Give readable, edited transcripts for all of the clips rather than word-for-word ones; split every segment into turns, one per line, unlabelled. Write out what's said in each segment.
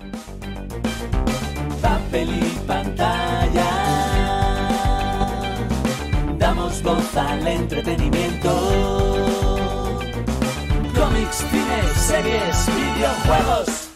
Papel y pantalla, damos voz al entretenimiento. Cómics, cine, series, videojuegos.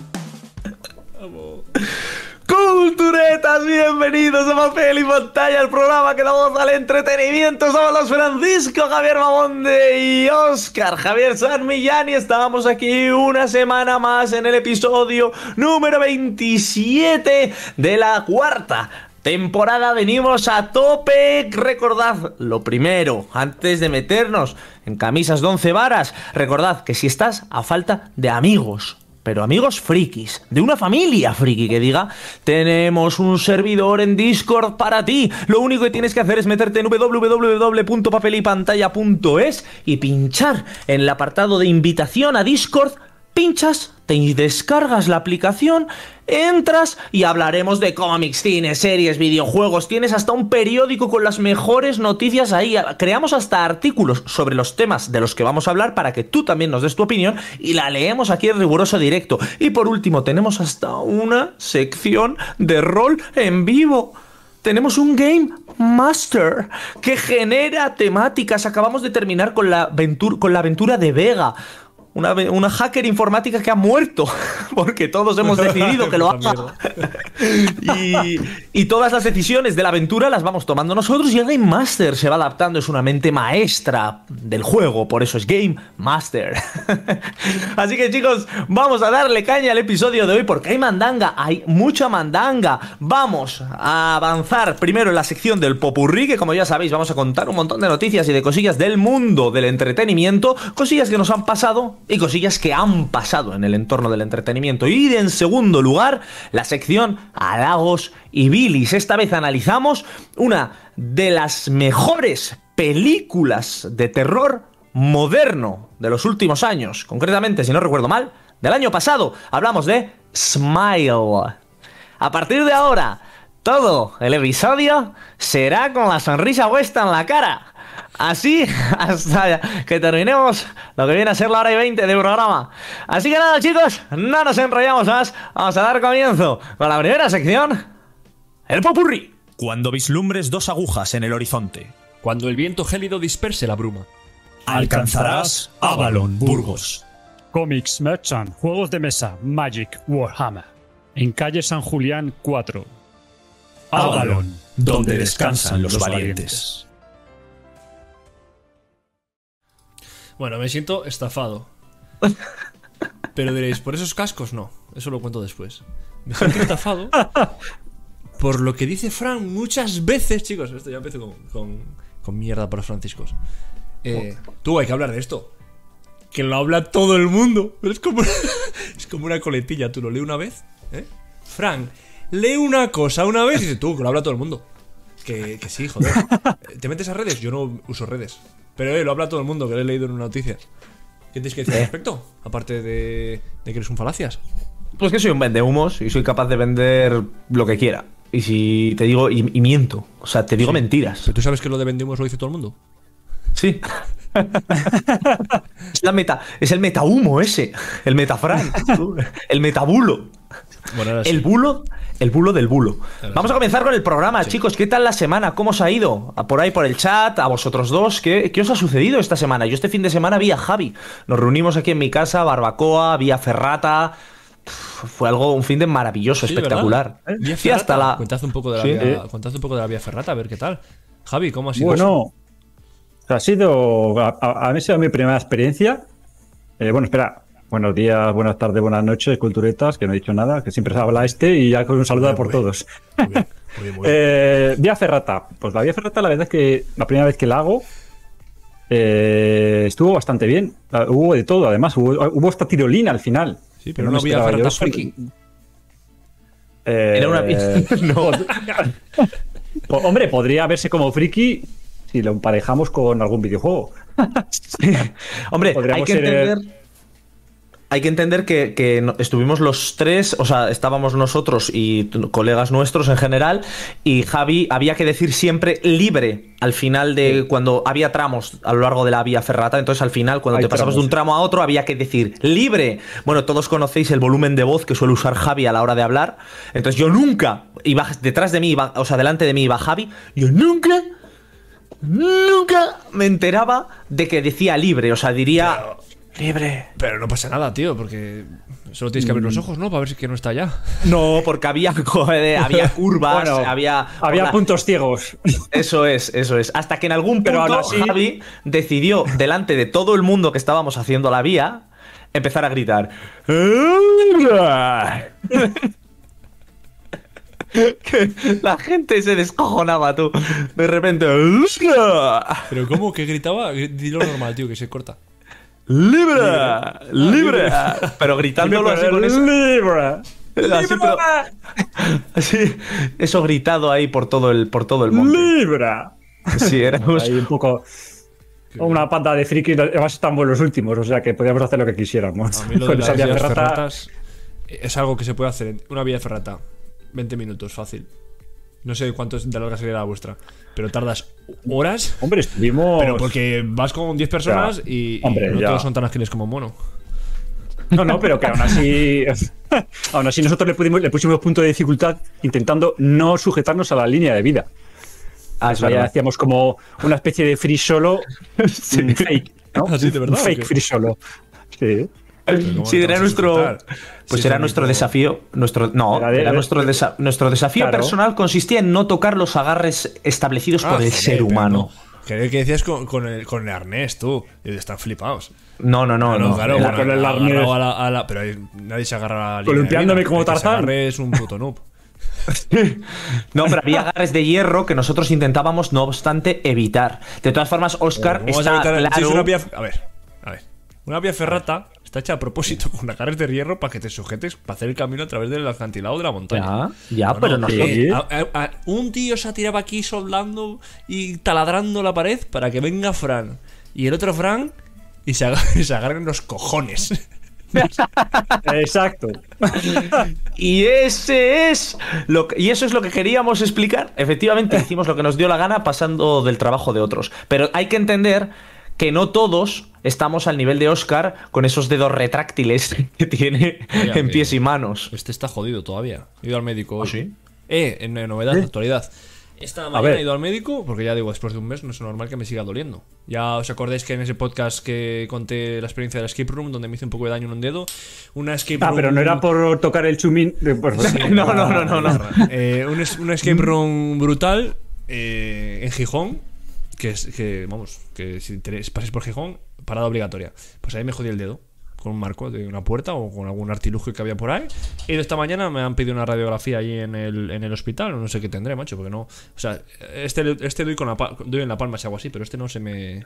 ¡Culturetas! Bienvenidos a Papel y Pantalla, el programa que da voz al entretenimiento. Somos los Francisco Javier Mamonde y Óscar Javier San Millán y estábamos aquí una semana más en el episodio número 27 de la cuarta temporada. Venimos a tope. Recordad lo primero, antes de meternos en camisas de 11 varas, recordad que si estás a falta de amigos, pero amigos frikis, de una familia friki que diga, tenemos un servidor en Discord para ti. Lo único que tienes que hacer es meterte en www.papelypantalla.es y pinchar en el apartado de invitación a Discord. Pinchas, te descargas la aplicación, entras y hablaremos de cómics, cine, series, videojuegos. Tienes hasta un periódico con las mejores noticias ahí. Creamos hasta artículos sobre los temas de los que vamos a hablar para que tú también nos des tu opinión y la leemos aquí en riguroso directo. Y por último, tenemos hasta una sección de rol en vivo. Tenemos un Game Master que genera temáticas. Acabamos de terminar con la aventura de Vega. Una hacker informática que ha muerto porque todos hemos decidido que lo haga. y todas las decisiones de la aventura las vamos tomando nosotros y el Game Master se va adaptando. Es una mente maestra del juego, por eso es Game Master. Así que, chicos, vamos a darle caña al episodio de hoy porque hay mandanga, hay mucha mandanga. Vamos a avanzar primero en la sección del popurrí, que como ya sabéis vamos a contar un montón de noticias y de cosillas del mundo del entretenimiento, cosillas que nos han pasado y cosillas que han pasado en el entorno del entretenimiento. Y en segundo lugar, la sección halagos y bilis. Esta vez analizamos una de las mejores películas de terror moderno de los últimos años. Concretamente, si no recuerdo mal, del año pasado. Hablamos de Smile. A partir de ahora, todo el episodio será con la sonrisa puesta en la cara. Así hasta que terminemos lo que viene a ser la hora y 20 de programa. Así que nada, chicos, no nos enrollamos más. Vamos a dar comienzo con la primera sección, el popurrí.
Cuando vislumbres dos agujas en el horizonte,
cuando el viento gélido disperse la bruma,
alcanzarás Avalon, Burgos.
Comics Merchant, juegos de mesa, Magic, Warhammer. En calle San Julián 4.
Avalon, donde descansan los valientes.
Bueno, me siento estafado. Pero diréis, ¿por esos cascos? No, eso lo cuento después. Me siento estafado por lo que dice Fran muchas veces, chicos. Esto ya empiezo con mierda para los franciscos. Tú, hay que hablar de esto. Que lo habla todo el mundo. Pero es como una coletilla. Tú lo lees una vez, Fran, lee una cosa una vez y dices tú, que lo habla todo el mundo. Que sí, joder. ¿Te metes a redes? Yo no uso redes. Pero lo habla todo el mundo, que lo he leído en una noticia. ¿Qué tienes que decir al respecto? Aparte de que eres un falacias.
Pues que soy un vendehumos y soy capaz de vender lo que quiera. Y si te digo, y miento. O sea, te digo mentiras.
¿Pero tú sabes que lo de vendehumos lo dice todo el mundo?
Sí. Es el metahumo ese. El metafran. El metabulo.
Bueno,
el bulo del bulo. Vamos a comenzar con el programa, chicos. ¿Qué tal la semana? ¿Cómo os ha ido? Por ahí por el chat, a vosotros dos. ¿Qué os ha sucedido esta semana? Yo este fin de semana vi a Javi. Nos reunimos aquí en mi casa, barbacoa, vi a Ferrata. Fue un fin de maravilloso, espectacular.
Sí, hasta la... Contad un poco de la vía Ferrata, a ver qué tal. Javi, ¿cómo ha sido eso?
Ha sido mi primera experiencia. Bueno, espera. Buenos días, buenas tardes, buenas noches, culturetas, que no he dicho nada, que siempre se habla y ya con un saludo por todos.
Muy bien.
Vía Ferrata. Pues la Vía Ferrata, la verdad es que la primera vez que la hago estuvo bastante bien. Hubo de todo, además. Hubo hasta tirolina al final.
Sí, pero no Vía Ferrata friki.
Era una... No.
Hombre, podría verse como friki si lo emparejamos con algún videojuego.
Sí. Hombre, hay que entender... hay que entender que estuvimos los tres, o sea, estábamos nosotros y colegas nuestros en general, y Javi había que decir siempre libre al final de cuando había tramos a lo largo de la vía ferrata. Entonces al final, cuando te pasabas de un tramo a otro, había que decir libre. Bueno, todos conocéis el volumen de voz que suele usar Javi a la hora de hablar. Entonces yo nunca iba detrás de mí, o sea, delante de mí iba Javi, yo nunca me enteraba de que decía libre, o sea, diría libre.
Pero no pasa nada, tío, porque solo tienes que abrir los ojos, ¿no? Para ver si que no está allá.
No, porque había curvas,
Bueno,
había
puntos ciegos.
Eso es. Hasta que en algún punto
Pero aún así,
Javi decidió, delante de todo el mundo que estábamos haciendo la vía, empezar a gritar. Que la gente se descojonaba, tú. De repente.
Pero ¿cómo? ¿Que gritaba? Dilo normal, tío, que se corta.
¡Libre! Pero gritándolo así con eso.
Libra.
Así, pero, así, eso gritado ahí por todo el monte.
Libra.
Sí, éramos.
Hay un poco. Una panda de frikis, además están buenos los últimos, o sea que podíamos hacer lo que quisiéramos.
A mí lo de
Con
las
esa vía
vías
ferrata-
ferratas es algo que se puede hacer en una vía ferrata. 20 minutos, fácil. No sé cuánto de larga sería la vuestra, pero tardas horas.
Hombre, estuvimos.
Pero porque vas con 10 personas
Ya.
y
Hombre,
no
ya.
todos son tan ágiles como mono.
No, pero que aún así. Aún así, nosotros le pusimos punto de dificultad intentando no sujetarnos a la línea de vida.
Ah,
O sea, ya hacíamos como una especie de free solo fake, ¿no?
¿Ah, sí, de verdad,
Un
o
fake
qué?
free solo. Sí.
Sí, era nuestro. Pues era nuestro desafío. Era nuestro desafío
Claro.
personal consistía en no tocar los agarres establecidos por el ser humano.
Creí que decías con el arnés, tú. Y están flipados.
No.
Claro,
Era-
con el arnés.
agarrado a la- pero nadie se agarra a la línea de
Columpiándome
vida.
como
El que se
Tarzán.
agarre es un puto noob.
No, pero había agarres de hierro que nosotros intentábamos, no obstante, evitar. De todas formas, Oscar
¿Cómo vas a
está
evitar- si es
claro.
una vía, a ver. Una vía ferrata está hecha a propósito con agarres de hierro para que te sujetes para hacer el camino a través del acantilado de la montaña.
Ya, pero nosotros.
sí.
Un tío se tiraba aquí soldando y taladrando la pared para que venga Fran y el otro Fran y se agarren los cojones.
Exacto.
Y ese es y eso es lo que queríamos explicar. Efectivamente, hicimos lo que nos dio la gana pasando del trabajo de otros. Pero hay que entender que no todos estamos al nivel de Oscar con esos dedos retráctiles que tiene
Oye,
en
que-
pies y manos.
Este está jodido todavía. He ido al médico hoy.
sí?
En novedad, actualidad. Esta mañana
ver.
he ido al médico porque ya digo, después de un mes no es normal que me siga doliendo. Ya os acordáis que en ese podcast que conté la experiencia de la escape room, donde me hice un poco de daño en un dedo, una escape room.
Pero no era por tocar el chumín.
No.
Un escape room brutal en Gijón. Que vamos, que si pases por Gijón, parada obligatoria. Pues ahí me jodí el dedo con un marco de una puerta o con algún artilugio que había por ahí. Y esta mañana me han pedido una radiografía allí en el hospital. No sé qué tendré, macho, porque no. O sea, este doy doy en la palma si hago así, pero este no se me.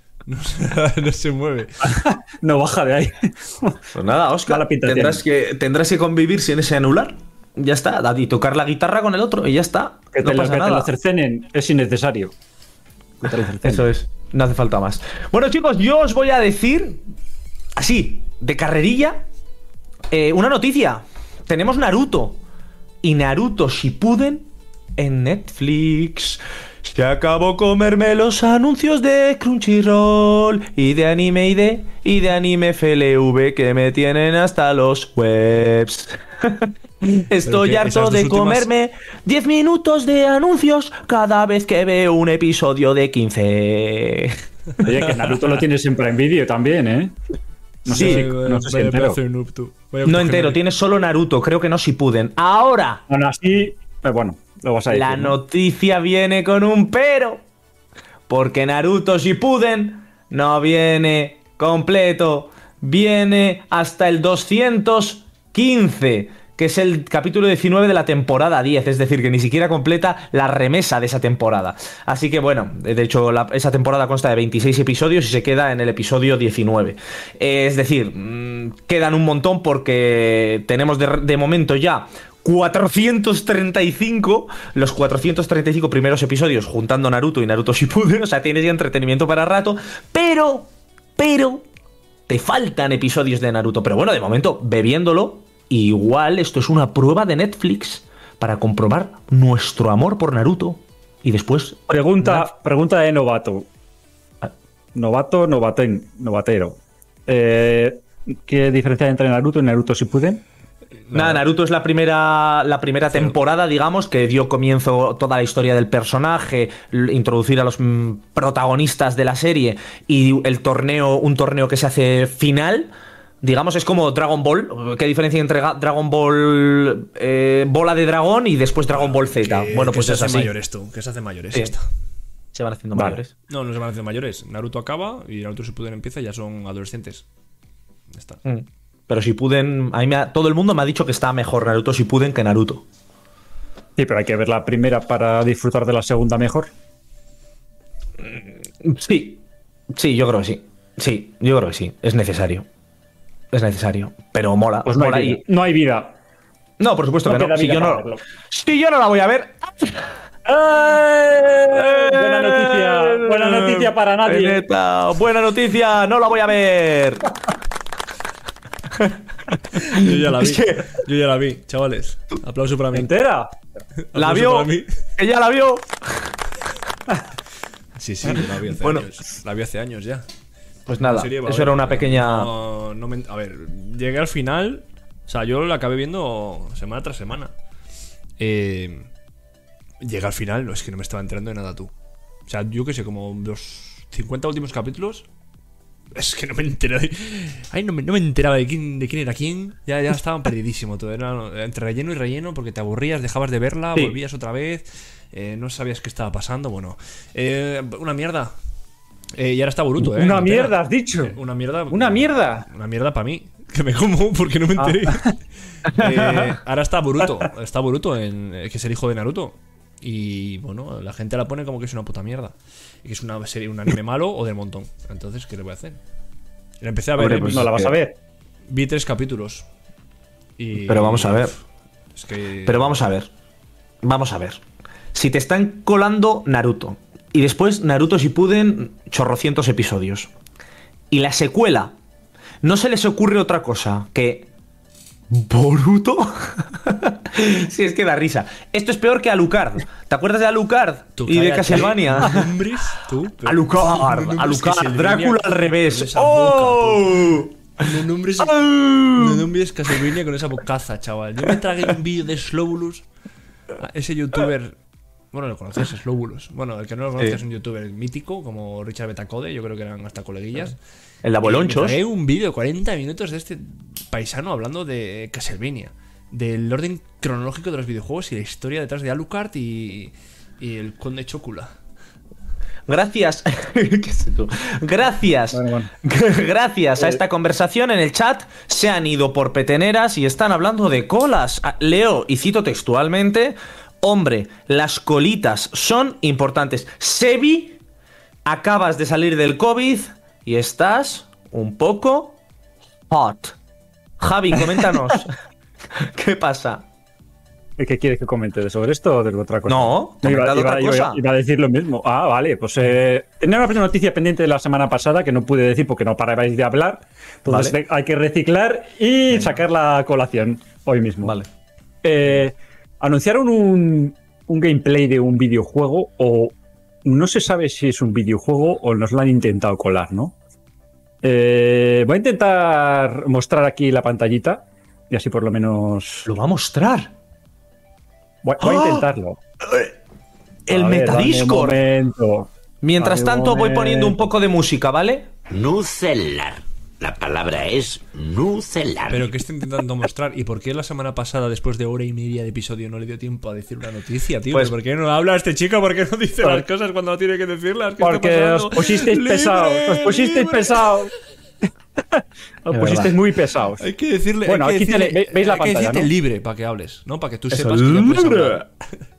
No se mueve.
No baja de ahí.
Pues nada, Oscar,
Mala pinta
tendrás que convivir sin ese anular. Ya está, y tocar la guitarra con el otro y ya está.
Que
No pasa
te lo
nada.
cercenen es innecesario. Que te lo cercenen.
Eso es, no hace falta más. Bueno, chicos, yo os voy a decir, así, de carrerilla, una noticia. Tenemos Naruto. Y Naruto Shippuden en Netflix. Se acabó comerme los anuncios de Crunchyroll y de Anime ID y de Anime FLV que me tienen hasta los webs. Estoy
que
harto
esas dos
de
últimas-
comerme 10 minutos de anuncios cada vez que veo un episodio de 15.
Oye, que Naruto lo tienes en Prime Video también, ¿eh? No
Sí,
sé si entero.
No entero, tiene solo Naruto, creo que no Shippuden. Ahora,
Aún así, bueno, lo vas a decir.
la
¿no?
noticia viene con un pero. Porque Naruto Shippuden no viene completo. Viene hasta el 215, que es el capítulo 19 de la temporada 10. Es decir, que ni siquiera completa la remesa de esa temporada. Así que bueno, de hecho esa temporada consta de 26 episodios y se queda en el episodio 19. Es decir, quedan un montón porque tenemos de momento ya 435, los 435 primeros episodios juntando Naruto y Naruto Shippuden, o sea, tienes ya entretenimiento para rato, pero te faltan episodios de Naruto. Pero bueno, de momento, bebiéndolo, igual esto es una prueba de Netflix para comprobar nuestro amor por Naruto. Y después...
Pregunta de novato. Novatero. ¿Qué diferencia hay entre Naruto y Naruto Shippuden?
Nada, Naruto es la primera temporada, digamos, que dio comienzo toda la historia del personaje, introducir a los protagonistas de la serie y un torneo que se hace final. Digamos, es como Dragon Ball. ¿Qué diferencia entre Dragon Ball bola de dragón y después Dragon Ball Z? Bueno, pues
se
es
hace
así.
mayores tú, que se hace mayores.
Sí.
Esta.
Se van haciendo
Vale.
mayores.
No se van haciendo mayores. Naruto acaba y Naruto Shippuden empieza y ya son adolescentes. Ya está.
Pero Shippuden, todo el mundo me ha dicho que está mejor Naruto Shippuden que Naruto.
Sí, pero hay que ver la primera para disfrutar de la segunda mejor.
Sí, yo creo que sí. Sí, yo creo que sí. Es necesario. Pero mola.
Pues no
mola
hay vida. No hay vida.
No, por supuesto
No
que no.
queda
Si
vida
yo
para
no,
verlo.
si yo no la voy a ver.
Buena noticia para nadie.
Neta, buena noticia, no la voy a ver.
Yo ya la vi.
Es que-
Yo ya la vi, chavales. Aplauso para mí.
¿Entera?
La
Aplauso
vio,
para mí.
ella la vio.
Sí, la vi hace
Bueno.
años. La vi hace años ya.
Pues nada,
En serio,
eso era una pequeña.
A ver, llegué al final. O sea, yo la acabé viendo semana tras semana. Llegué al final, no es que no me estaba enterando de nada tú. O sea, yo que sé, como los 50 últimos capítulos. Es que no me enteraba. Ay, no me enteraba de quién era quién. Ya estaban perdidísimo todo. Era entre relleno y relleno porque te aburrías, dejabas de verla,
Sí.
volvías otra vez. No sabías qué estaba pasando. Bueno, una mierda. Y ahora está Boruto,
Una
entera.
mierda, has dicho.
Una mierda.
Una mierda.
Una mierda para mí. Que me como porque no me enteré. Ahora está Boruto. Está Boruto, que es el hijo de Naruto. Y bueno, la gente la pone como que es una puta mierda. Y que es una serie, un anime malo o del montón. Entonces, ¿qué le voy a hacer? La empecé a ver.
Hombre, pues
No la vas a ver.
Vi 3 capítulos.
Pero vamos a ver.
Es que.
Pero vamos a ver. Vamos a ver. Si te están colando Naruto y después Naruto Shippuden chorrocientos episodios y la secuela, ¿no se les ocurre otra cosa que Boruto? Si es que da risa. Esto es peor que Alucard. ¿Te acuerdas de Alucard
Tú
y de
cállate.
Castlevania?
Nombres, tú.
Alucard,
No nombres
Alucard,
Castlevania
Drácula al
con
revés.
esa boca,
¡Oh!
No nombres Castlevania con esa bocaza, chaval. Yo me tragué un vídeo de Slowbulus. Ese youtuber. Bueno, lo conoces, Slowbulus. Bueno, el que no lo conoce es un youtuber mítico, como Richard Betacode. Yo creo que eran hasta coleguillas.
El de Abuelonchos.
Me tragué un vídeo de 40 minutos de este paisano hablando de Castlevania. Del orden cronológico de los videojuegos y la historia detrás de Alucard y el Conde Chocula.
Gracias. ¿Qué sé tú? Gracias.
Bueno.
Gracias a esta conversación en el chat se han ido por peteneras y están hablando de colas. Leo y cito textualmente: hombre, las colitas son importantes. Sebi, acabas de salir del COVID y estás un poco hot. Javi, coméntanos. ¿Qué pasa?
¿Qué quieres que comente? ¿Sobre esto o de otra cosa?
No, comenta de otra cosa.
Iba a decir lo mismo. Ah, vale. Pues tenía una noticia pendiente de la semana pasada que no pude decir porque no parabais de hablar. Entonces
Vale.
hay que reciclar y sacar la colación hoy mismo.
Vale.
Anunciaron un gameplay de un videojuego o no se sabe si es un videojuego o nos lo han intentado colar, ¿no? Voy a intentar mostrar aquí la pantallita y así por lo menos...
Lo va a mostrar.
Voy a intentarlo.
El
A ver,
Metadiscord.
dame un momento.
Mientras
Dame un
tanto voy poniendo un
momento.
poco de música, ¿vale?
Nucelar. La palabra es nucelar.
Pero ¿qué está intentando mostrar? ¿Y por qué la semana pasada, después de hora y media de episodio, no le dio tiempo a decir una noticia, tío?
Pues-
¿Por qué no habla este chico? ¿Por qué no dice las cosas cuando tiene que decirlas? ¿Qué está
Porque
pasando?
os pusisteis
¡Libre!
pesados. Os pusisteis
¡Libre!
pesados. Os
Es
pusisteis
verdad.
muy pesados.
Hay que decirle.
Bueno,
hay que
aquí
decirle-
veis la
hay que
pantalla,
decirte
¿no?
libre para que hables, ¿no? Para que tú
Eso,
sepas que ya puedes hablar.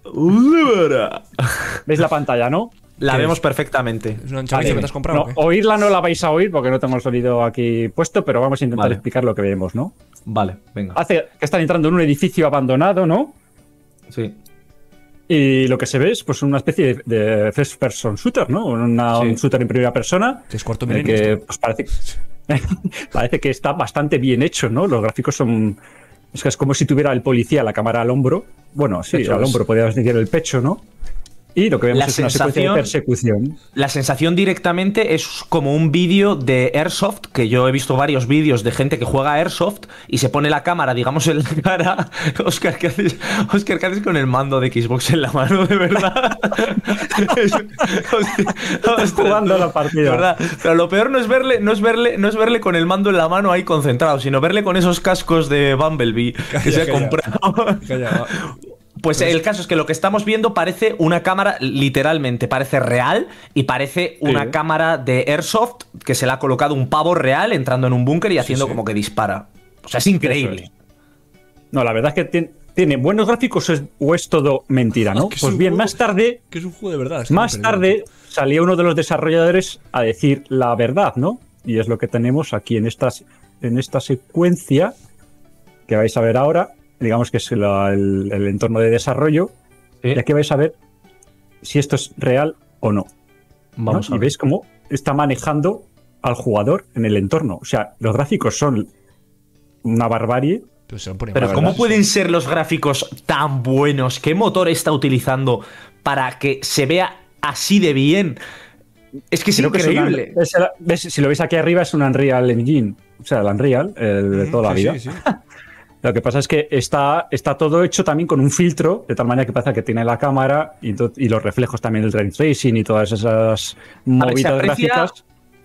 ¿Veis la pantalla, no?
La
¿Qué
vemos
es?
perfectamente.
¿Es una chaviza que te has comprado
No,
o qué?
oírla no la vais a oír porque no tengo el sonido aquí puesto, pero vamos a intentar
Vale.
explicar lo que vemos, ¿no?
Vale, venga.
Hace que están entrando en un edificio abandonado, ¿no?
Sí.
Y lo que se ve es pues una especie de first person shooter, ¿no? Un shooter en primera persona.
Que es cuarto
en el
milenio.
que pues, parece Parece que está bastante bien hecho, ¿no? Los gráficos son... Es que es como si tuviera el policía la cámara al hombro. Bueno, sí,
Eso
al
es.
hombro, podríamos decir el pecho, ¿no? Y lo que vemos
La
es una secuencia de
sensación-
persecución.
La sensación directamente es como un vídeo de Airsoft, que yo he visto varios vídeos de gente que juega a Airsoft y se pone la cámara, digamos, en la cara. Oscar, ¿qué haces? Oscar, ¿qué haces con el mando de Xbox en la mano, de verdad? Estás
jugando la partida.
De verdad. Pero lo peor no es verle con el mando en la mano ahí concentrado, sino verle con esos cascos de Bumblebee que se ha
calla.
comprado.
Calla, va.
Pues el caso es que lo que estamos viendo parece una cámara, literalmente, parece real y parece una cámara de Airsoft que se le ha colocado un pavo real entrando en un búnker y haciendo como que dispara. O sea, es increíble.
No, la verdad es que tiene buenos gráficos o es todo mentira, ¿no?
Que es
Pues
un
bien,
juego-
más tarde
Que es un juego de verdad. es que
Más
me
tarde salía uno de los desarrolladores a decir la verdad, ¿no? Y es lo que tenemos aquí en esta secuencia que vais a ver ahora. Digamos que es el entorno de desarrollo.
Sí.
Y aquí vais a ver si esto es real o no.
Vamos
¿no?
a
Y
ver.
veis cómo está manejando al jugador en el entorno. O sea, los gráficos son una barbarie.
Pero se lo ponen
Pero
mal,
¿cómo
¿verdad?
pueden ser los gráficos tan buenos? ¿Qué motor está utilizando para que se vea así de bien? Es que es
Creo que
increíble.
si lo veis aquí arriba es un Unreal Engine. O sea, el Unreal, el de toda la vida.
Sí.
Lo que pasa es que está todo hecho también con un filtro, de tal manera que pasa que tiene la cámara y los reflejos también del ray tracing y todas esas movidas gráficas.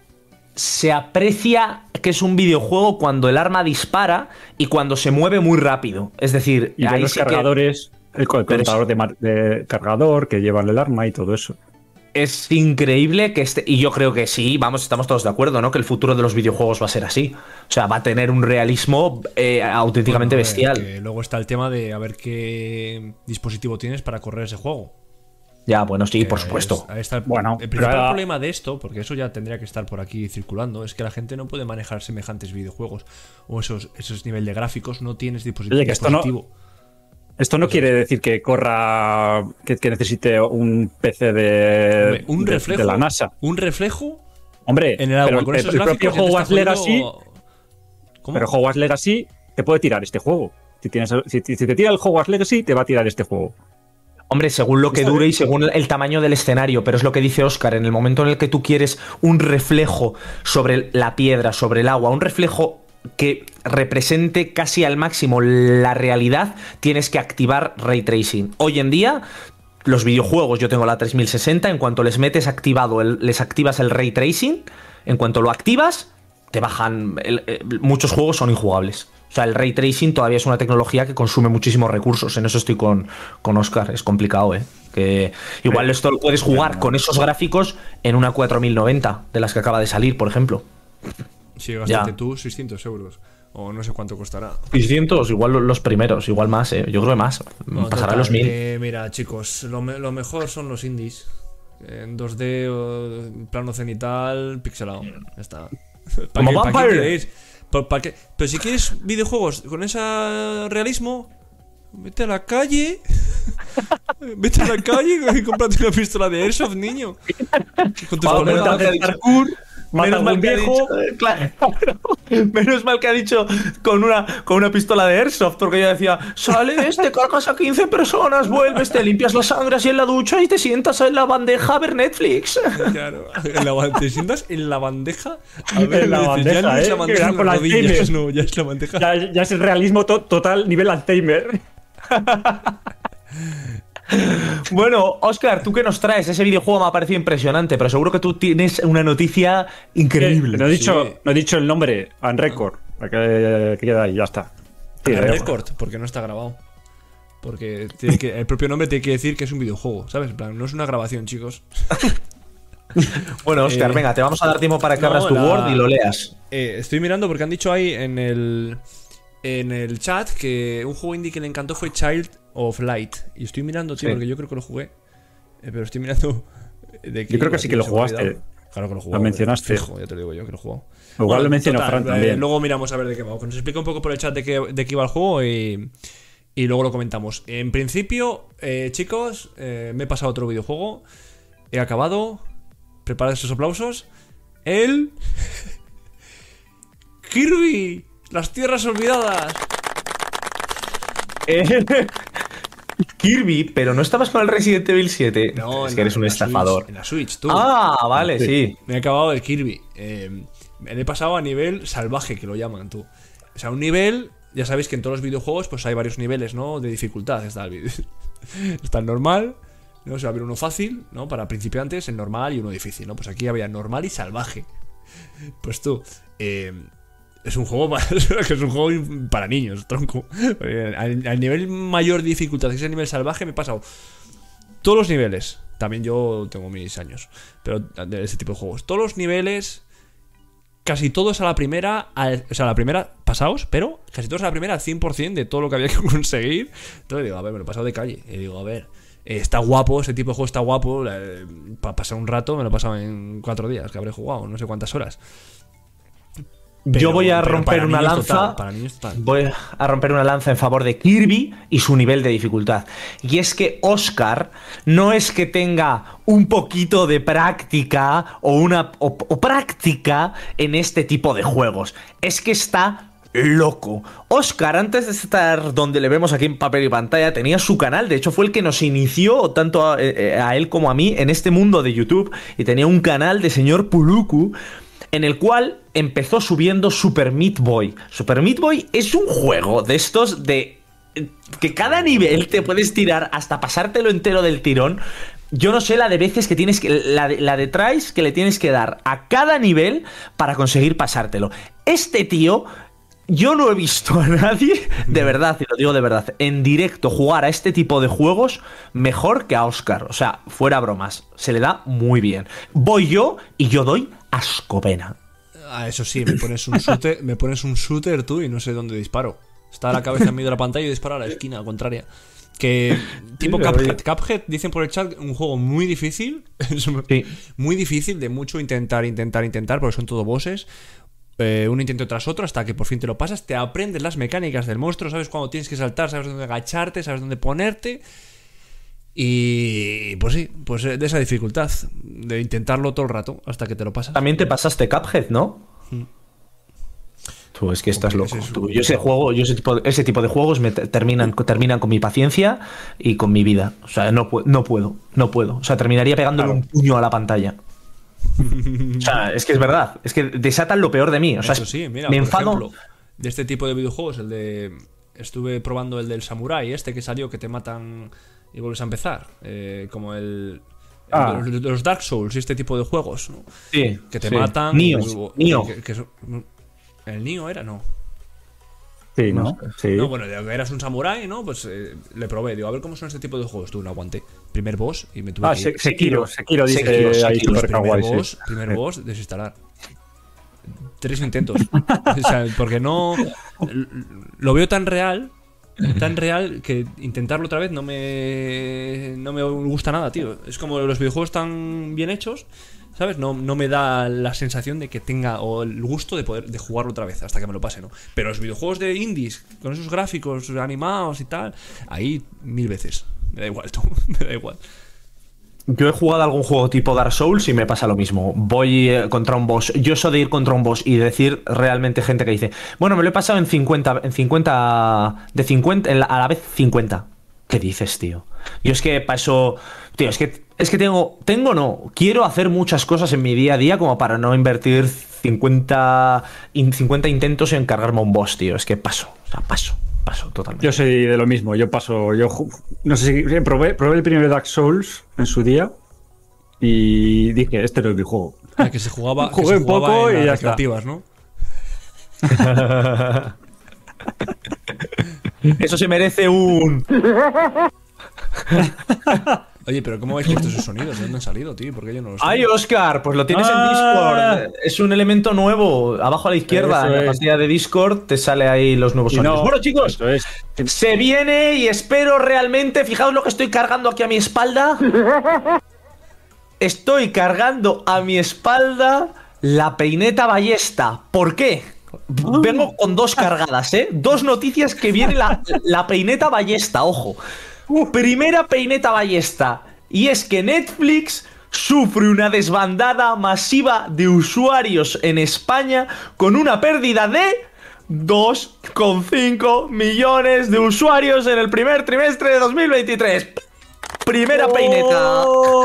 Se aprecia que es un videojuego cuando el arma dispara y cuando se mueve muy rápido. Es decir,
Y
ahí
los
sí que
cargadores, el contador de cargador que llevan el arma y todo eso.
es increíble que y yo creo que sí, vamos, estamos todos de acuerdo, ¿no? Que el futuro de los videojuegos va a ser así. O sea, va a tener un realismo auténticamente
Bueno, a ver,
bestial.
que luego está el tema de a ver qué dispositivo tienes para correr ese juego.
Ya, bueno, sí,
Que
por supuesto.
ahí está
Bueno,
el principal
pero-
problema de esto, porque eso ya tendría que estar por aquí circulando, es que la gente no puede manejar semejantes videojuegos o esos niveles de gráficos, no tienes dispositivo.
Oye, que esto no quiere decir que corra, que necesite un PC
Hombre, un reflejo,
de la NASA.
Un reflejo
Hombre,
en el agua.
pero
Con esos
el propio
gráficos ya te
Hogwarts
está
Legacy,
jodiendo- ¿Cómo?
pero Hogwarts Legacy te puede tirar este juego. Si te tira el Hogwarts Legacy, te va a tirar este juego.
Hombre, según lo que dure y según el tamaño del escenario, pero es lo que dice Oscar, en el momento en el que tú quieres un reflejo sobre la piedra, sobre el agua, un reflejo que represente casi al máximo la realidad, tienes que activar Ray Tracing. Hoy en día, los videojuegos, yo tengo la 3060, en cuanto les metes les activas el Ray Tracing, en cuanto lo activas, te bajan, muchos juegos son injugables. O sea, el Ray Tracing todavía es una tecnología que consume muchísimos recursos. En eso estoy con Oscar. Es complicado, ¿eh? Que igual esto lo puedes jugar con esos gráficos en una 4090 de las que acaba de salir, por ejemplo.
Si gastaste
Ya.
tú 600 euros. O no sé cuánto costará.
600, igual los primeros, igual más, ¿eh? Yo creo que más.
Bueno,
Pasará
total,
los 1000.
mira, chicos, lo mejor son los indies. En 2D o plano cenital, pixelado. Ya está.
Como
¿Para qué
Vampire.
queréis? ¿Para qué? Pero si quieres videojuegos con ese realismo, vete a la calle. Vete a la calle y cómprate una pistola de Airsoft, niño. Con tus
Vamos,
colegas.
menos mal que ha dicho-
Mata
Menos
a
mal
un
que ha
viejo.
dicho, claro, menos mal que ha dicho con una pistola de Airsoft, porque yo decía, sales, te cargas a 15 personas, vuelves, te limpias la sangre así en la ducha y te sientas en la bandeja a ver Netflix.
Claro, te sientas en la bandeja. A
En la
dices,
bandeja,
ya no es la
¿eh?
bandeja
Que
en
con
las
Alzheimer.
rodillas, no, ya es la bandeja.
Ya es el realismo total nivel Alzheimer.
Bueno, Oscar, ¿tú qué nos traes? Ese videojuego me ha parecido impresionante, pero seguro que tú tienes una noticia increíble.
No he dicho el nombre, Unrecord. Que queda ahí, ya está. Sí,
El
ya.
Record, porque no está grabado. Porque el propio nombre tiene que decir que es un videojuego, ¿sabes? En plan, no es una grabación, chicos.
Bueno, Oscar, venga, te vamos a dar tiempo para que abras tu Word y lo leas.
Estoy mirando porque han dicho ahí en el chat que un juego indie que le encantó fue Child of Light. Y estoy mirando, tío,
Sí.
porque yo creo que lo jugué. Pero estoy mirando.
Yo creo que sí que lo
se me ha
jugaste.
olvidado. Claro que lo jugué.
Lo mencionaste.
Fijo, ya te lo digo yo que lo he jugado.
Igual lo mencionó
total,
Fran también.
Luego miramos a ver de qué va. Nos explica un poco por el chat de qué iba el juego y luego lo comentamos. En principio, chicos, me he pasado otro videojuego. He acabado. Preparad esos aplausos. El Kirby, las tierras olvidadas.
Kirby, pero no estabas con el Resident Evil 7.
No,
es que eres un estafador.
En la Switch, tú.
Ah, vale, sí.
Me he acabado el Kirby. Me he pasado a nivel salvaje, que lo llaman, tú. O sea, un nivel... Ya sabéis que en todos los videojuegos pues hay varios niveles, ¿no? De dificultad. Está el normal, ¿no? Se va a ver uno fácil, ¿no? Para principiantes, el normal y uno difícil, ¿no? Pues aquí había normal y salvaje. Pues tú... es un juego que es un juego para niños, tronco. Al nivel mayor de dificultad, que es el nivel salvaje, me he pasado todos los niveles. También yo tengo mis años, pero de ese tipo de juegos. Todos los niveles, casi todos a la primera, o sea, a la primera pasados, pero casi todos a la primera al 100% de todo lo que había que conseguir. Entonces digo, a ver, me lo he pasado de calle. Y digo, a ver, está guapo, ese tipo de juego está guapo. Para pasar un rato me lo he pasado en 4 días, que habré jugado, no sé cuántas horas.
Yo voy a romper una lanza. Voy a romper una lanza en favor de Kirby y su nivel de dificultad. Y es que Oscar no es que tenga un poquito de práctica o práctica en este tipo de juegos. Es que está loco. Oscar, antes de estar donde le vemos aquí en papel y pantalla, tenía su canal. De hecho, fue el que nos inició, tanto a él como a mí, en este mundo de YouTube. Y tenía un canal de señor Puluku, en el cual empezó subiendo Super Meat Boy. Super Meat Boy es un juego de estos de... que cada nivel te puedes tirar hasta pasártelo entero del tirón. Yo no sé la de veces que tienes que... La de tries que le tienes que dar a cada nivel para conseguir pasártelo. Este tío... Yo no he visto a nadie, de verdad, y lo digo de verdad, en directo jugar a este tipo de juegos mejor que a Oscar. O sea, fuera bromas, se le da muy bien. Voy yo y yo doy ascopena.
Ah, eso sí, me pones un shooter tú y no sé dónde disparo. Está a la cabeza en medio de la pantalla y disparo a la esquina contraria. Que tipo Cuphead. Cuphead, dicen por el chat, un juego muy difícil. Sí. Muy difícil, de mucho intentar, porque son todo bosses. Un intento tras otro hasta que por fin te lo pasas, te aprendes las mecánicas del monstruo, sabes cuándo tienes que saltar, sabes dónde agacharte, sabes dónde ponerte. Y pues sí, pues de esa dificultad, de intentarlo todo el rato hasta que te lo pasas.
También te pasaste Cuphead, ¿no? Tú, es que estás loco. Yo ese tipo de juegos me terminan con mi paciencia y con mi vida. O sea, no puedo. O sea, terminaría pegándole un puño a la pantalla. O sea, es que es verdad. Es que desatan lo peor de mí. O sea,
eso sí, mira,
me
por
enfado.
Ejemplo, de este tipo de videojuegos, estuve probando el del Samurai, que salió, que te matan y vuelves a empezar. Como los Dark Souls y este tipo de juegos, ¿no?
Sí,
que te matan.
Nioh.
¿El Nioh era? No.
Sí, ¿no? Sí.
No, bueno, eras un samurái, ¿no? Pues le probé. Digo, a ver cómo son este tipo de juegos. Tú no aguanté. Primer boss y me tuve que ir.
Sekiro dice ahí super kawaii.
Primer boss, desinstalar. 3 intentos. O sea, porque no... Lo veo tan real que intentarlo otra vez no me gusta nada, tío. Es como los videojuegos tan bien hechos, ¿sabes? No me da la sensación de que tenga o el gusto de jugarlo otra vez hasta que me lo pase, ¿no? Pero los videojuegos de indies, con esos gráficos animados y tal, ahí 1000 veces. Me da igual, tú. Me da igual.
Yo he jugado algún juego tipo Dark Souls y me pasa lo mismo. Voy contra un boss. Yo soy de ir contra un boss y decir realmente gente que dice, bueno, me lo he pasado en 50, de 50, a la vez 50. ¿Qué dices, tío? Yo es que para eso, tío, es que quiero hacer muchas cosas en mi día a día como para no invertir 50 intentos en cargarme a un boss, tío. Es que paso totalmente.
Yo soy de lo mismo, yo no sé si probé el primer Dark Souls en su día y dije, este no es mi juego.
Que se jugaba,
jugué un poco
en
y ya
las recreativas, ¿no?
Eso se merece un...
Oye, pero ¿cómo habéis puesto esos sonidos? ¿De dónde han salido, tío? ¿Por qué yo no los tengo?
¡Ay, Oscar! Pues lo tienes en Discord. Es un elemento nuevo. Abajo a la izquierda, en la pantalla de Discord, te sale ahí los nuevos sonidos. Bueno, chicos, se viene y espero realmente... Fijaos lo que estoy cargando aquí a mi espalda. Estoy cargando a mi espalda la peineta ballesta. ¿Por qué? Vengo con 2 cargadas, ¿eh? 2 noticias que viene la peineta ballesta, ojo. Primera peineta ballesta. Y es que Netflix sufre una desbandada masiva de usuarios en España con una pérdida de 2,5 millones de usuarios en el primer trimestre de 2023. Primera peineta.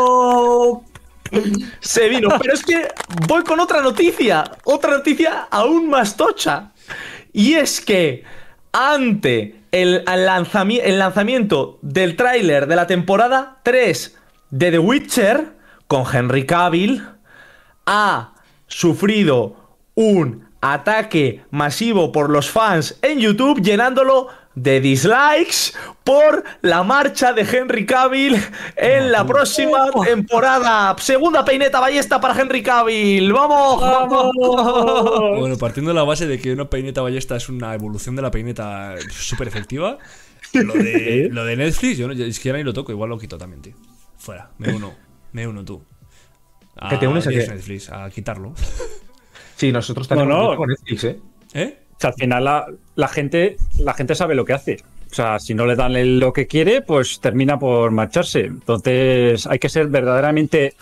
Se vino. Pero es que voy con otra noticia aún más tocha. Y es que ante el lanzamiento del tráiler de la temporada 3 de The Witcher, con Henry Cavill, ha sufrido un ataque masivo por los fans en YouTube, llenándolo de dislikes por la marcha de Henry Cavill en la próxima temporada. Segunda peineta ballesta para Henry Cavill. ¡Vamos! ¡Vamos!
Bueno, partiendo de la base de que una peineta ballesta es una evolución de la peineta súper efectiva, lo de Netflix, yo es que ya ni lo toco, igual lo quito también, tío. Fuera, me uno tú.
¿Que te unes a qué?
Netflix, a quitarlo.
Sí, nosotros también con Netflix, ¿eh?
O sea, al final la gente sabe lo que hace. O sea, si no le dan lo que quiere, pues termina por marcharse. Entonces hay que ser verdaderamente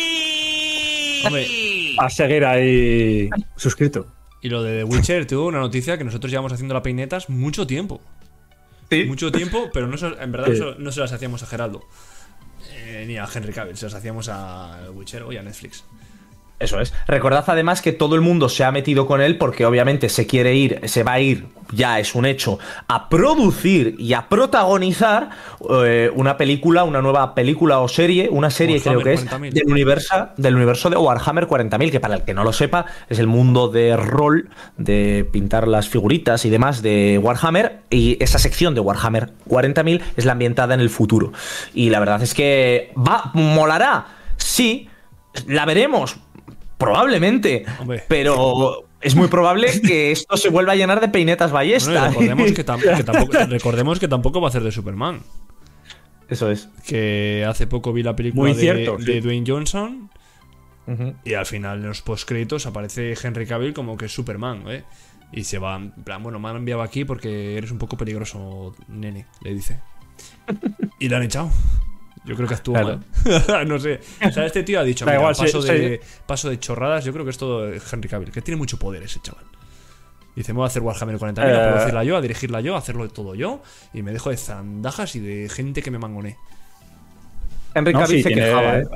a seguir ahí suscrito.
Y lo de The Witcher, tuvo una noticia que nosotros llevamos haciendo las peinetas mucho tiempo.
Sí.
Mucho tiempo, pero en verdad
Sí.
no se las hacíamos a Geraldo. Ni a Henry Cavill, se las hacíamos a The Witcher o a Netflix.
Eso es. Recordad además que todo el mundo se ha metido con él porque obviamente se va a ir, ya es un hecho, a producir y a protagonizar una nueva película o serie, una serie
Warhammer
creo que es,
40.000.
del universo de Warhammer 40.000, que para el que no lo sepa es el mundo de rol, de pintar las figuritas y demás de Warhammer, y esa sección de Warhammer 40.000 es la ambientada en el futuro. Y la verdad es que molará, sí, la veremos. Probablemente,
Hombre.
pero es muy probable que esto se vuelva a llenar de peinetas ballesta.
Bueno, recordemos que tampoco va a hacer de Superman.
Eso es.
Que hace poco vi la película
Muy cierto,
de
sí.
Dwayne Johnson
Ujú.
y al final en los postcréditos aparece Henry Cavill como que es Superman, ¿eh? Y se va, en plan, bueno, me han enviado aquí porque eres un poco peligroso, nene, le dice. Y le han echado. Yo creo que actúa
Claro.
mal. No sé. O sea, este tío ha dicho,
Da
mira,
igual,
paso de chorradas. Yo creo que es todo Henry Cavill, que tiene mucho poder ese chaval. Dice, me voy a hacer Warhammer 40.000, a producirla yo, a dirigirla yo, a hacerlo todo yo. Y me dejo de zandajas y de gente que me mangoné.
Henry
No,
Cavill
sí,
se quejaba, ¿eh?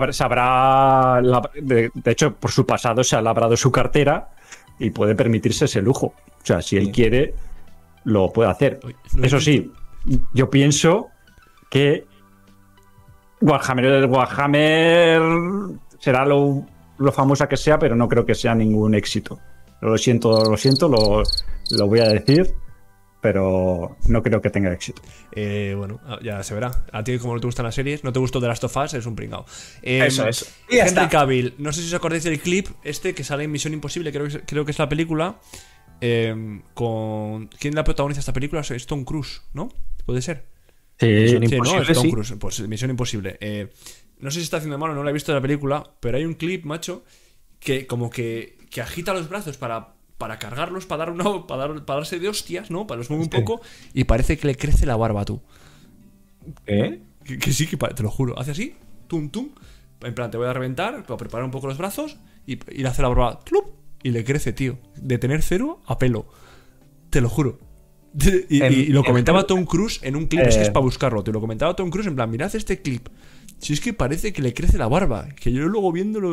de hecho, por su pasado se ha labrado su cartera y puede permitirse ese lujo. O sea, si él quiere, lo puede hacer.
Uy, no he
Eso sí, yo pienso que Warhammer será lo famosa que sea, pero no creo que sea ningún éxito. Lo siento, lo voy a decir, pero no creo que tenga éxito.
Bueno, ya se verá. A ti, como no te gustan las series, no te gustó The Last of Us, eres un pringao.
Eso es. Y ya
Henry
está.
Cavill, no sé si os acordáis del clip este que sale en Misión Imposible, creo que es la película. Con ¿quién la protagoniza esta película? Es Tom Cruise, ¿no? ¿Puede ser?
Sí,
Sí, ¿no?
Imposible,
Es Tom
sí.
Cruise. Pues Misión Imposible. No sé si está haciendo mal o no la he visto de la película, pero hay un clip, macho, que como que agita los brazos para cargarlos, para darse de hostias, ¿no? Para los mueve un poco y parece que le crece la barba, tú.
¿Eh?
Que sí, te lo juro. Hace así, tum, tum. En plan, te voy a reventar, voy a preparar un poco los brazos y le hace la barba, ¡tlup! Y le crece, tío. De tener cero a pelo. Te lo juro. Y lo comentaba Tom Cruise en un clip, es que es para buscarlo. Te lo comentaba Tom Cruise en plan, mirad este clip. Si es que parece que le crece la barba. Que yo luego viéndolo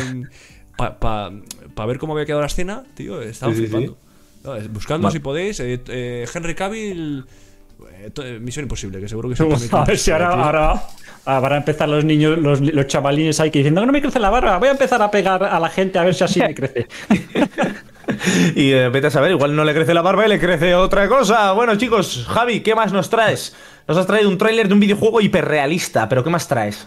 para ver cómo había quedado la escena, tío, estaba flipando. No, buscadlo si podéis. Henry Cavill, Misión Imposible, que seguro que es
a ver si ahora van a empezar los niños, los chavalines ahí que dicen, no me crece la barba, voy a empezar a pegar a la gente a ver si así me crece.
Y vete a saber, igual no le crece la barba y le crece otra cosa. Bueno, chicos, Javi, ¿qué más nos traes? Nos has traído un tráiler de un videojuego hiperrealista, pero ¿qué más traes?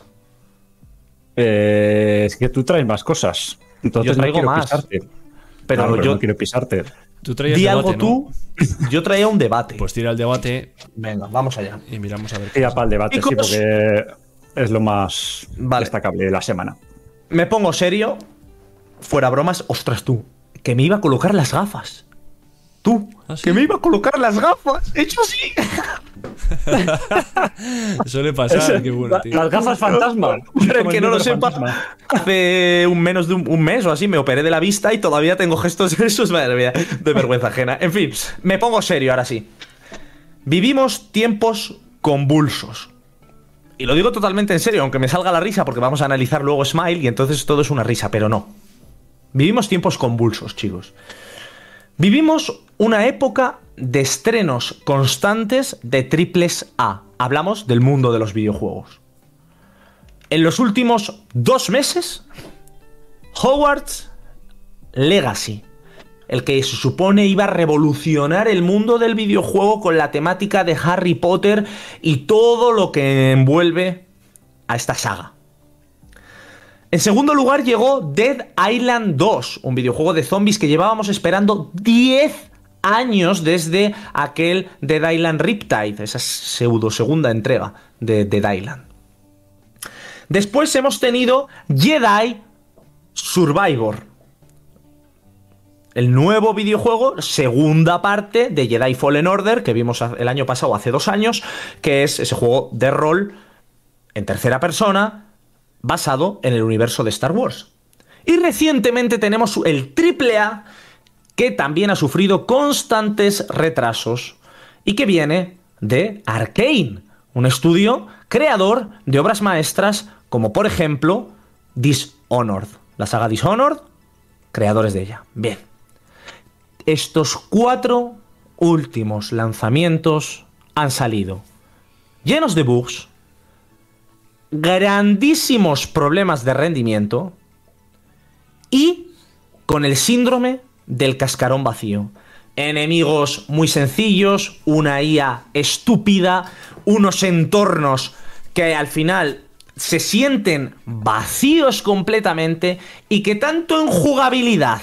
Es que tú traes más cosas. Entonces
Yo traigo
no quiero
más.
pisarte.
Pero
Claro,
yo
no quiero pisarte.
Tú traías
di
debate,
algo
¿no?
tú, yo traía un debate.
Pues tira el debate
Venga, vamos allá.
y miramos a ver qué
Tira
pasa.
para el debate, sí,
Chicos.
porque es lo más
Vale.
destacable de la semana.
Me pongo serio, fuera bromas, ostras tú, que me iba a colocar las gafas. Tú,
¿Ah, sí?
que me iba a colocar las gafas. He hecho así.
Suele pasar, qué bueno, tío.
Las gafas fantasma.
Para el que no lo sepa, hace menos de un mes o así me operé de la vista y todavía tengo gestos esos, madre mía, de vergüenza ajena. En fin, me pongo serio ahora sí. Vivimos tiempos convulsos. Y lo digo totalmente en serio, aunque me salga la risa porque vamos a analizar luego Smile y entonces todo es una risa, pero no. Vivimos tiempos convulsos, chicos. Vivimos una época de estrenos constantes de triples A. Hablamos del mundo de los videojuegos. En los últimos 2 meses, Hogwarts Legacy, el que se supone iba a revolucionar el mundo del videojuego con la temática de Harry Potter y todo lo que envuelve a esta saga. En segundo lugar llegó Dead Island 2, un videojuego de zombies que llevábamos esperando 10 años desde aquel Dead Island Riptide, esa pseudo segunda entrega de Dead Island. Después hemos tenido Jedi Survivor, el nuevo videojuego, segunda parte de Jedi Fallen Order, que vimos el año pasado, hace 2 años, que es ese juego de rol en tercera persona, basado en el universo de Star Wars. Y recientemente tenemos el AAA, que también ha sufrido constantes retrasos, y que viene de Arcane, un estudio creador de obras maestras, como por ejemplo Dishonored. La saga Dishonored, creadores de ella. Bien. Estos 4 últimos lanzamientos han salido llenos de bugs, grandísimos problemas de rendimiento y con el síndrome del cascarón vacío. Enemigos muy sencillos, una IA estúpida, unos entornos que al final se sienten vacíos completamente y que tanto en jugabilidad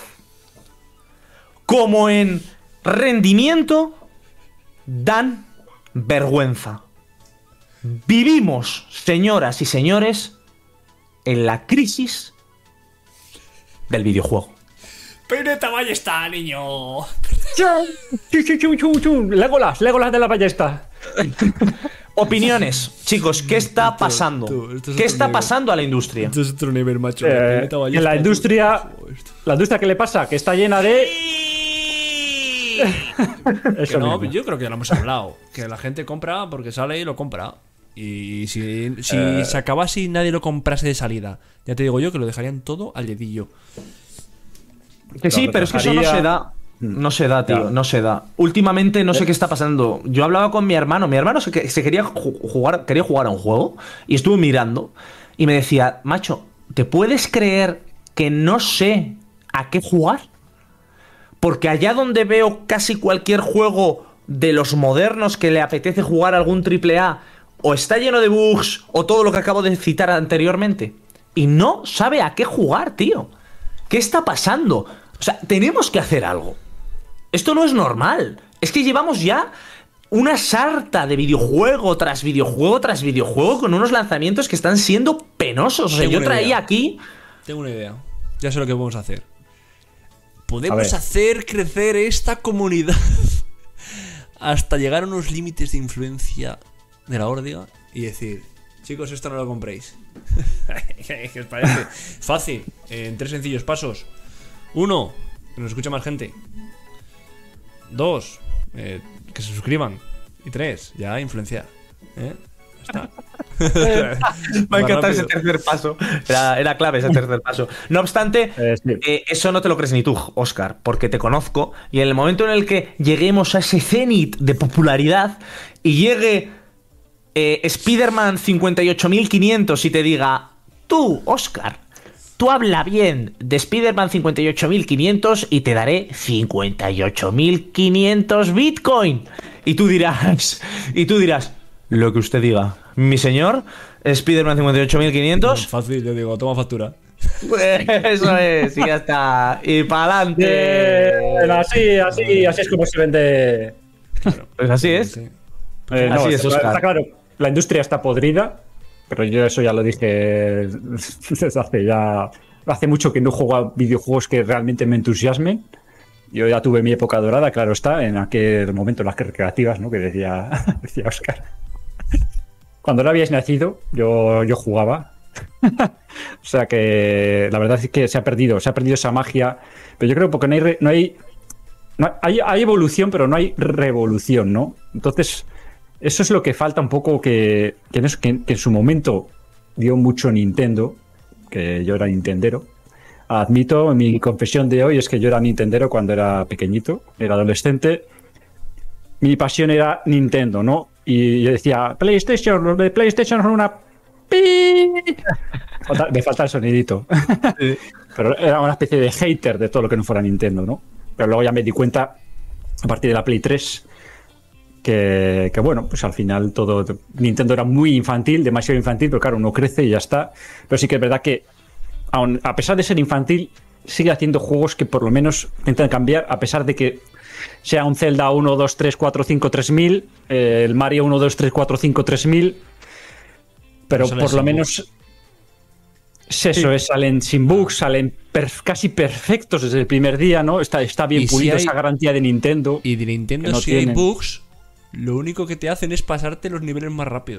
como en rendimiento dan vergüenza. Vivimos, señoras y señores, en la crisis del videojuego.
¡Peineta ballesta, niño!
Legolas de la ballesta.
Opiniones, chicos, ¿qué está pasando?
esto es
¿Qué
otro
está
nivel.
pasando a la industria?
Esto es otro nivel, macho.
En la industria, ¿qué le pasa? Que está llena de... Eso
No,
mismo.
yo creo que ya lo hemos hablado. Que la gente compra porque sale y lo compra. Y si se acabase y nadie lo comprase de salida, ya te digo yo que lo dejarían todo al dedillo.
Que sí,
Lo
pero es que eso no
retrasaría.
se da. No se da, tío,
Ya.
no se da. Últimamente no sé qué está pasando. Yo hablaba con mi hermano. Mi hermano se quería jugar a un juego y estuve mirando y me decía, macho, ¿te puedes creer que no sé a qué jugar? Porque allá donde veo casi cualquier juego de los modernos que le apetece jugar algún AAA, o está lleno de bugs o todo lo que acabo de citar anteriormente, y no sabe a qué jugar, tío. ¿Qué está pasando? O sea, tenemos que hacer algo. Esto no es normal. Es que llevamos ya una sarta de videojuego tras videojuego tras videojuego con unos lanzamientos que están siendo penosos. O sea,
Tengo
yo
una
traía
idea.
aquí...
Tengo una idea. Ya sé lo que podemos hacer.
A
Podemos
ver.
hacer crecer esta comunidad hasta llegar a unos límites de influencia de la órdiga y decir, chicos, esto no lo compréis. ¿Qué os parece? Fácil, en 3 sencillos pasos. 1, que nos escuche más gente. 2, que se suscriban. Y 3, ya influenciar. Ya está.
Me ha encantado
Más
ese
rápido.
tercer paso. Era clave ese tercer paso. No obstante,
Sí.
eso no te lo crees ni tú, Óscar, porque te conozco. Y en el momento en el que lleguemos a ese cenit de popularidad y llegue Spider-Man 58.500 y te diga, tú, Óscar, tú habla bien de Spider-Man 58.500 y te daré 58.500 Bitcoin. Y tú dirás, lo que usted diga. Mi señor, Spider-Man 58.500.
Fácil, yo digo, toma factura.
Eso es, y ya está. Y para adelante.
Así es como se vende.
Pues así es.
Sí.
Así es, Óscar.
está claro. La industria está podrida, pero yo eso ya lo dije desde hace mucho que no juego a videojuegos que realmente me entusiasmen. Yo ya tuve mi época dorada, claro está, en aquel momento en las recreativas, ¿no? Que decía, decía Oscar. Cuando no habíais nacido, yo jugaba. O sea que la verdad es que se ha perdido esa magia. Pero yo creo porque hay evolución, pero no hay revolución, ¿no? Entonces, eso es lo que falta un poco que en su momento dio mucho Nintendo, que yo era nintendero. Admito, mi confesión de hoy es que yo era nintendero cuando era pequeñito, era adolescente. Mi pasión era Nintendo, ¿no? Y yo decía, PlayStation, los de PlayStation son una... Me falta el sonidito. Sí. Pero era una especie de hater de todo lo que no fuera Nintendo, ¿no? Pero luego ya me di cuenta, a partir de la Play 3, que bueno, pues al final todo... Nintendo era muy infantil, demasiado infantil, pero claro, uno crece y ya está. Pero sí que es verdad que, a pesar de ser infantil, sigue haciendo juegos que por lo menos intentan cambiar, a pesar de que sea un Zelda 1, 2, 3, 4, 5, 3000, el Mario 1, 2, 3, 4, 5, 3000, pero por lo menos es eso, sí. Salen sin bugs, salen casi perfectos desde el primer día, ¿no? Está bien pulido, esa garantía de Nintendo.
Y de Nintendo, no si tienen. Hay bugs, lo único que te hacen es pasarte los niveles más rápido.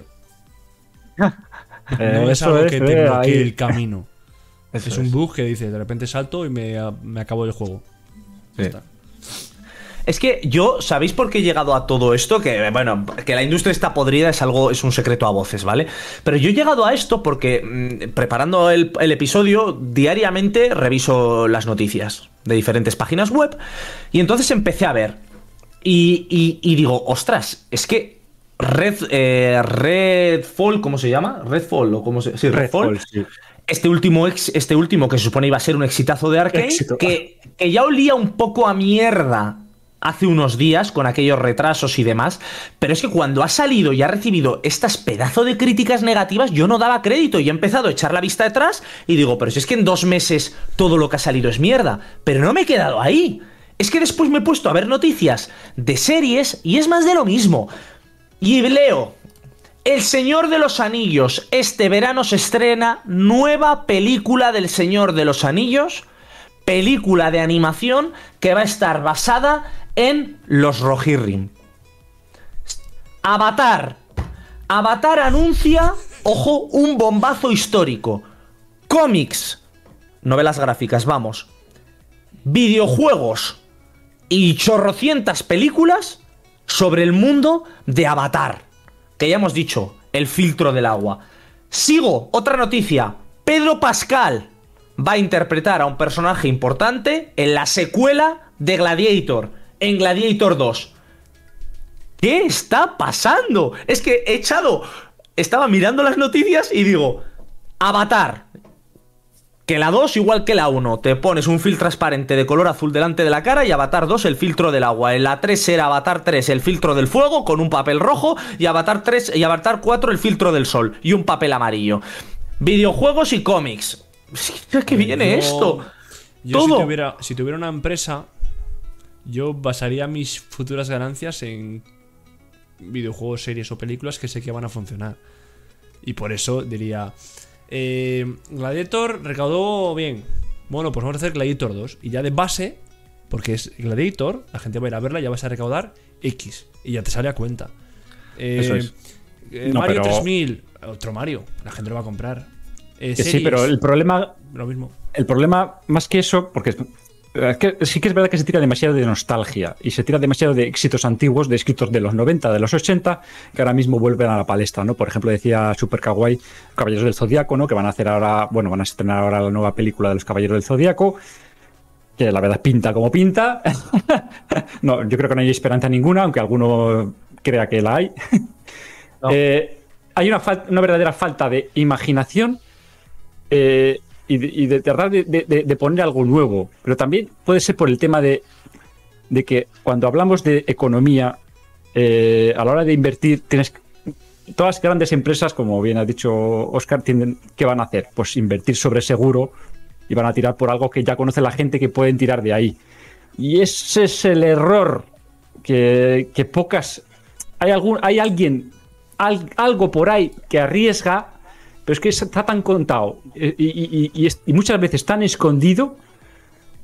No es algo que te bloquee el camino. Es un bug que dice, de repente salto y me acabo el juego.
Sí. Está. Es que yo, ¿sabéis por qué he llegado a todo esto? Que, bueno, que la industria está podrida es un secreto a voces, ¿vale? Pero yo he llegado a esto porque, preparando el episodio, diariamente reviso las noticias de diferentes páginas web y entonces empecé a ver y digo, ostras, es que Redfall, ¿cómo se llama? Redfall, o cómo se... Sí, Redfall. Sí. Este último que se supone iba a ser un exitazo de Arcade, que ya olía un poco a mierda hace unos días con aquellos retrasos y demás, pero es que cuando ha salido y ha recibido estas pedazo de críticas negativas, yo no daba crédito y he empezado a echar la vista atrás y digo, pero si es que en 2 meses todo lo que ha salido es mierda, pero no me he quedado ahí. Es que después me he puesto a ver noticias de series y es más de lo mismo. Y leo... El Señor de los Anillos. Este verano se estrena nueva película del Señor de los Anillos. Película de animación que va a estar basada en los Rohirrim. Avatar. Avatar anuncia, ojo, un bombazo histórico. Cómics. Novelas gráficas, vamos. Videojuegos. Y chorrocientas películas sobre el mundo de Avatar. Que ya hemos dicho, el filtro del agua. Sigo, otra noticia. Pedro Pascal va a interpretar a un personaje importante en la secuela de Gladiator, en Gladiator 2. ¿Qué está pasando? Es que estaba mirando las noticias y digo, Avatar. Que la 2, igual que la 1, te pones un film transparente de color azul delante de la cara y Avatar 2 el filtro del agua. En la 3 era Avatar 3 el filtro del fuego con un papel rojo y Avatar 4 el filtro del sol y un papel amarillo. Videojuegos y cómics. ¿Qué que viene esto? Todo.
Si tuviera una empresa, yo basaría mis futuras ganancias en videojuegos, series o películas que sé que van a funcionar. Y por eso diría... Gladiator recaudó bien. Bueno, pues vamos a hacer Gladiator 2. Y ya de base, porque es Gladiator, la gente va a ir a verla y ya vas a recaudar X. Y ya te sale a cuenta.
Eso es.
Mario 3000, otro Mario, la gente lo va a comprar.
Series, sí, pero el problema...
Lo mismo.
El problema, más que eso, porque... Es que sí que es verdad que se tira demasiado de nostalgia y se tira demasiado de éxitos antiguos, de escritos de los 90, de los 80, que ahora mismo vuelven a la palestra, ¿no? Por ejemplo, decía Super Kawaii, Caballeros del Zodíaco, ¿no? Que van a hacer ahora, bueno, van a estrenar ahora la nueva película de los Caballeros del Zodíaco, que la verdad pinta como pinta. No, yo creo que no hay esperanza ninguna, aunque alguno crea que la hay. No. Hay una verdadera falta de imaginación y de tratar de poner algo nuevo, pero también puede ser por el tema de que cuando hablamos de economía, a la hora de invertir, todas las grandes empresas, como bien ha dicho Oscar, ¿qué van a hacer? Pues invertir sobre seguro y van a tirar por algo que ya conoce la gente, que pueden tirar de ahí. Y ese es el error que pocas... Hay alguien, algo por ahí que arriesga, pero es que está tan contado y muchas veces tan escondido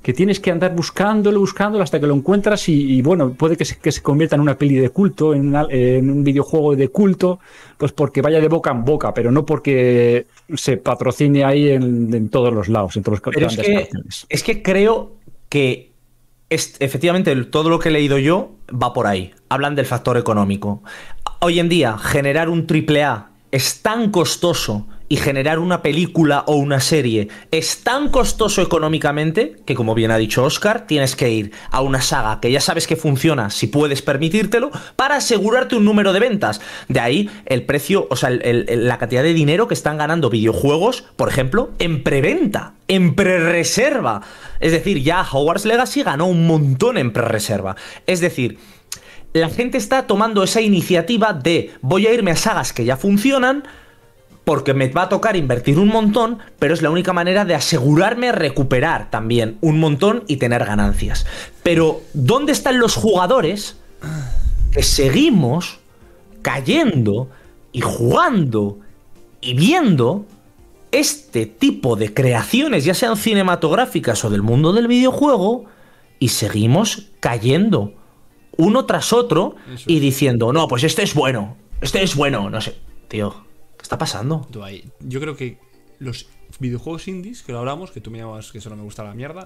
que tienes que andar buscándolo hasta que lo encuentras y bueno, puede que se convierta en una peli de culto, en un videojuego de culto, pues porque vaya de boca en boca, pero no porque se patrocine ahí en todos los lados, en todos los grandes carteles.
Es que creo que efectivamente todo lo que he leído yo va por ahí. Hablan del factor económico. Hoy en día, generar un AAA es tan costoso y generar una película o una serie es tan costoso económicamente que, como bien ha dicho Óscar, tienes que ir a una saga que ya sabes que funciona, si puedes permitírtelo, para asegurarte un número de ventas. De ahí el precio, o sea, la cantidad de dinero que están ganando videojuegos, por ejemplo, en preventa, en prerreserva. Es decir, ya Hogwarts Legacy ganó un montón en prerreserva. Es decir, la gente está tomando esa iniciativa de voy a irme a sagas que ya funcionan porque me va a tocar invertir un montón, pero es la única manera de asegurarme recuperar también un montón y tener ganancias. Pero ¿dónde están los jugadores que seguimos cayendo y jugando y viendo este tipo de creaciones, ya sean cinematográficas o del mundo del videojuego, y seguimos cayendo uno tras otro y diciendo, no, pues este es bueno, no sé, tío, ¿qué está pasando?
Yo creo que los videojuegos indies, que lo hablamos, que tú me llamabas que solo me gusta la mierda,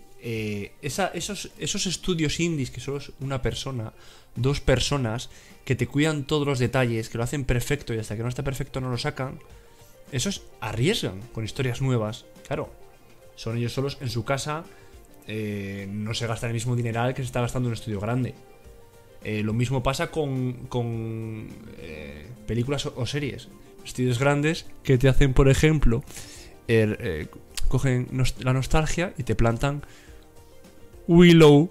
esos estudios indies que solo es una persona, dos personas, que te cuidan todos los detalles, que lo hacen perfecto y hasta que no está perfecto no lo sacan, esos arriesgan con historias nuevas. Claro, son ellos solos en su casa, no se gastan el mismo dineral que se está gastando en un estudio grande. Lo mismo pasa con películas o series. Estudios grandes que te hacen, por ejemplo, cogen la nostalgia y te plantan Willow.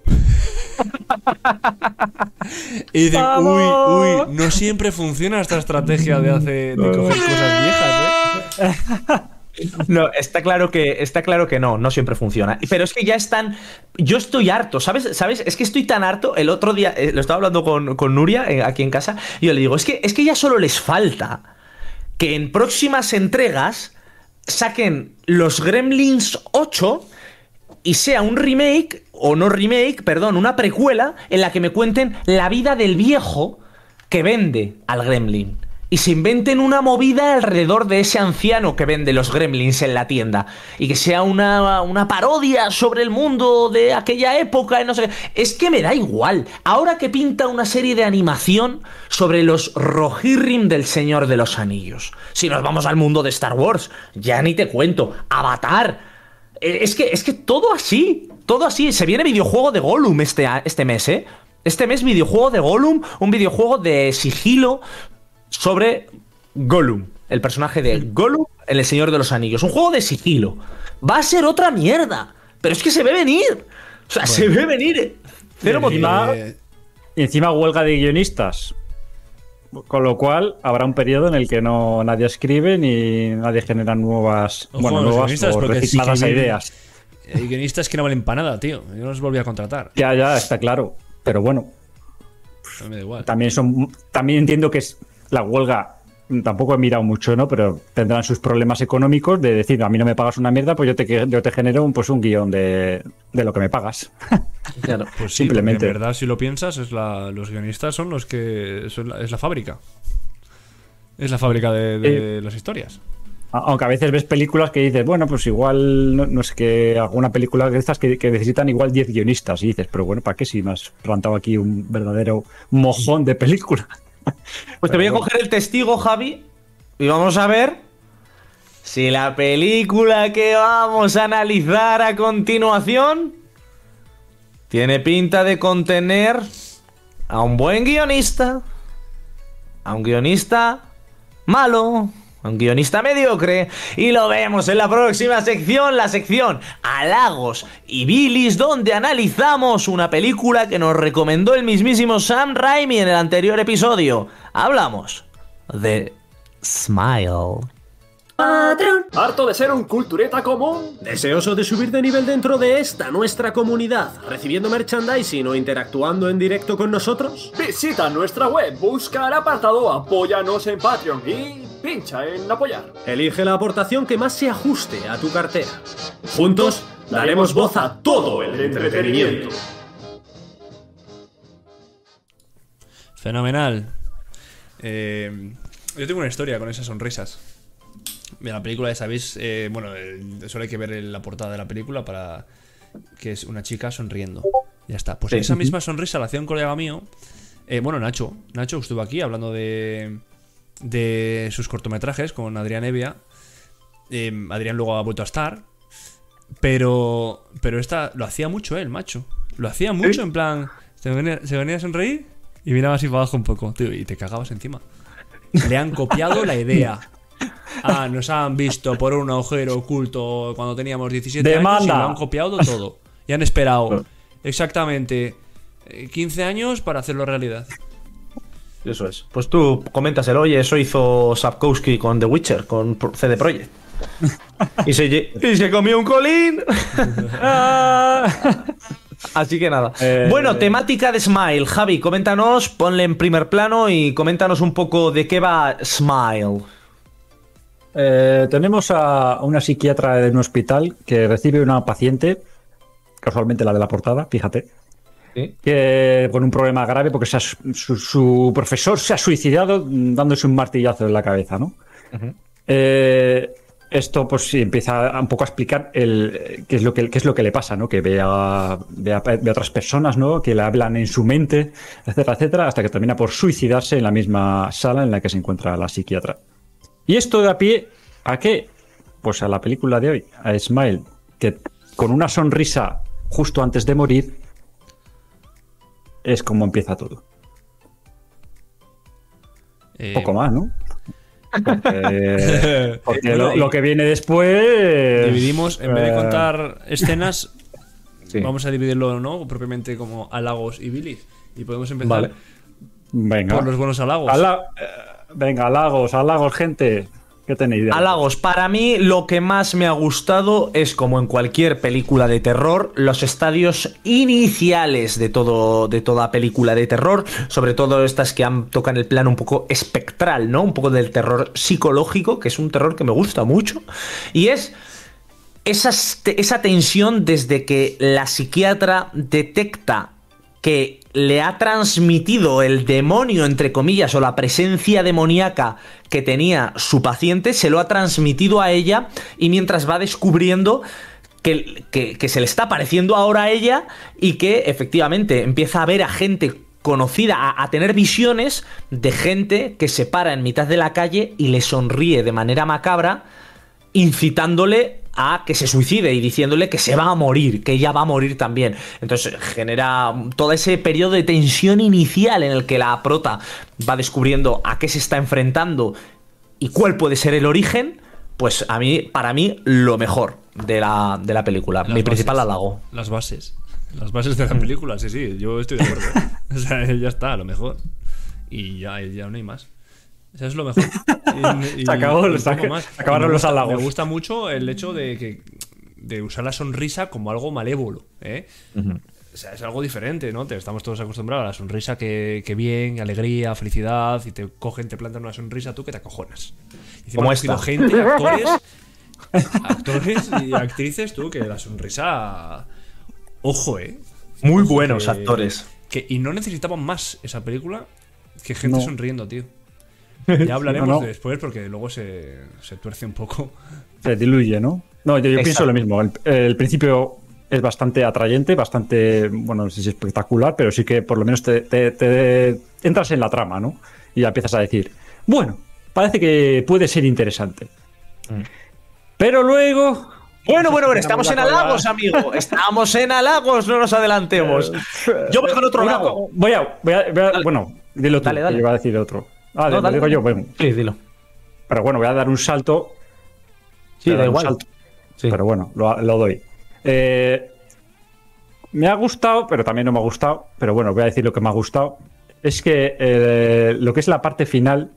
Y dicen, uy, no siempre funciona esta estrategia de coger cosas viejas,
No, está claro que no siempre funciona. Pero es que ya están. Yo estoy harto, ¿sabes? Es que estoy tan harto. El otro día lo estaba hablando con Nuria aquí en casa. Y yo le digo, es que ya solo les falta que en próximas entregas saquen los Gremlins 8 y sea un remake, o no remake, perdón, una precuela en la que me cuenten la vida del viejo que vende al Gremlin. Y se inventen una movida alrededor de ese anciano que vende los Gremlins en la tienda. Y que sea una parodia sobre el mundo de aquella época. No sé. Es que me da igual. Ahora que pinta una serie de animación sobre los Rohirrim del Señor de los Anillos. Si nos vamos al mundo de Star Wars, ya ni te cuento. Avatar. Es que todo así. Todo así. Se viene videojuego de Gollum este mes, ¿eh? Este mes videojuego de Gollum. Un videojuego de sigilo sobre Gollum, el personaje de Gollum en El Señor de los Anillos. Un juego de sigilo. Va a ser otra mierda. Pero es que se ve venir. O sea, se ve venir. Cero motivo.
Y encima huelga de guionistas. Con lo cual habrá un periodo en el que nadie escribe ni nadie genera nuevas o recicladas ideas.
Hay guionistas que no valen para nada, tío. Yo los volví a contratar.
Ya, está claro. Pero bueno.
No me da igual.
También entiendo que es la huelga, tampoco he mirado mucho, ¿no? Pero tendrán sus problemas económicos de decir, a mí no me pagas una mierda, pues yo te genero un guión de lo que me pagas.
Claro, pues sí, simplemente. En verdad, si lo piensas, los guionistas son los que... es la fábrica. Es la fábrica de las historias.
Aunque a veces ves películas que dices, bueno, pues igual, no sé qué, alguna película de estas que necesitan igual 10 guionistas. Y dices, pero bueno, ¿para qué si me has plantado aquí un verdadero mojón de película?
Pues te voy a coger el testigo, Javi, y vamos a ver si la película que vamos a analizar a continuación tiene pinta de contener a un buen guionista, a un guionista malo, a un guionista mediocre. Y lo vemos en la próxima sección, la sección Halagos y Bilis, donde analizamos una película que nos recomendó el mismísimo Sam Raimi en el anterior episodio. Hablamos de Smile.
Patrón. ¿Harto de ser un cultureta común? ¿Deseoso de subir de nivel dentro de esta nuestra comunidad, recibiendo merchandising o interactuando en directo con nosotros? Visita nuestra web, busca el apartado Apóyanos en Patreon y pincha en apoyar. Elige la aportación que más se ajuste a tu cartera. Juntos daremos voz a todo el entretenimiento.
Fenomenal. Yo tengo una historia con esas sonrisas. De la película, sabéis, solo hay que ver la portada de la película para que es una chica sonriendo. Ya está. Pues esa misma sonrisa la hacía un colega mío. Nacho estuvo aquí hablando de sus cortometrajes con Adrián Evia. Adrián luego ha vuelto a estar. Pero esta lo hacía mucho él, macho. Lo hacía mucho, en plan, se venía a sonreír y miraba así para abajo un poco, tío, y te cagabas encima. Le han copiado la idea. Nos han visto por un agujero oculto cuando teníamos 17 años y lo han copiado todo. Y han esperado exactamente 15 años para hacerlo realidad.
Eso es. Pues tú coméntaselo. Oye, eso hizo Sapkowski con The Witcher, con CD Projekt. Y se comió un colín. Así que nada. Bueno, temática de Smile. Javi, coméntanos, ponle en primer plano y coméntanos un poco de qué va Smile.
Tenemos a una psiquiatra de un hospital que recibe una paciente, casualmente la de la portada, fíjate, ¿sí? Que con un problema grave porque su profesor se ha suicidado dándose un martillazo en la cabeza, ¿no? Uh-huh. Esto pues sí, empieza un poco a explicar qué es lo que le pasa, ¿no? Que ve a otras personas, ¿no? Que le hablan en su mente, etcétera, etcétera, hasta que termina por suicidarse en la misma sala en la que se encuentra la psiquiatra. Y esto da pie ¿a qué? Pues a la película de hoy, a Smile, que con una sonrisa justo antes de morir es como empieza todo. Poco más, ¿no? Porque lo que viene después...
Dividimos, en vez de contar escenas, sí, vamos a dividirlo, ¿no? Propiamente como halagos y bilis. Y podemos empezar por los buenos halagos.
Venga, halagos, gente. ¿Qué tenéis?
Halagos. Para mí, lo que más me ha gustado es, como en cualquier película de terror, los estadios iniciales de toda película de terror, sobre todo estas que tocan el plano un poco espectral, ¿no? Un poco del terror psicológico, que es un terror que me gusta mucho. Y es esa tensión desde que la psiquiatra detecta que le ha transmitido el demonio, entre comillas, o la presencia demoníaca que tenía su paciente, se lo ha transmitido a ella, y mientras va descubriendo que se le está apareciendo ahora a ella y que efectivamente empieza a ver a gente conocida, a tener visiones de gente que se para en mitad de la calle y le sonríe de manera macabra, incitándole a que se suicide y diciéndole que se va a morir, que ella va a morir también. Entonces genera todo ese periodo de tensión inicial en el que la prota va descubriendo a qué se está enfrentando y cuál puede ser el origen. Pues para mí, lo mejor de la película. Mi principal halago.
Las bases de la película, sí, yo estoy de acuerdo. O sea, ya está, lo mejor. Y ya no hay más. Eso es lo mejor.
Acabaron los halagos.
Me gusta mucho el hecho de usar la sonrisa como algo malévolo, ¿eh? Uh-huh. O sea, es algo diferente, ¿no? Estamos todos acostumbrados a la sonrisa que bien, alegría, felicidad, y te cogen, te plantan una sonrisa tú que te acojonas.
Como esta.
Gente, actores y actrices, tú, que la sonrisa... Ojo,
Muy buenos actores.
Y no necesitaban más esa película que gente sonriendo, tío. Ya hablaremos después, porque luego se tuerce un poco.
Se diluye, ¿no? No, yo pienso lo mismo. El principio es bastante atrayente, bastante, bueno, no sé si espectacular, pero sí que por lo menos te entras en la trama, ¿no? Y ya empiezas a decir, bueno, parece que puede ser interesante. Pero luego...
Bueno, estamos en halagos, amigo. Estamos en halagos, no nos adelantemos. Yo voy con otro halago.
Bueno, dilo tú.
Dale.
Yo iba a decir otro. Lo digo yo. Bueno.
Sí, dilo.
Pero bueno, voy a dar un salto.
Sí, da igual.
Sí. Pero bueno, lo doy. Me ha gustado, pero también no me ha gustado. Pero bueno, voy a decir lo que me ha gustado. Es que lo que es la parte final,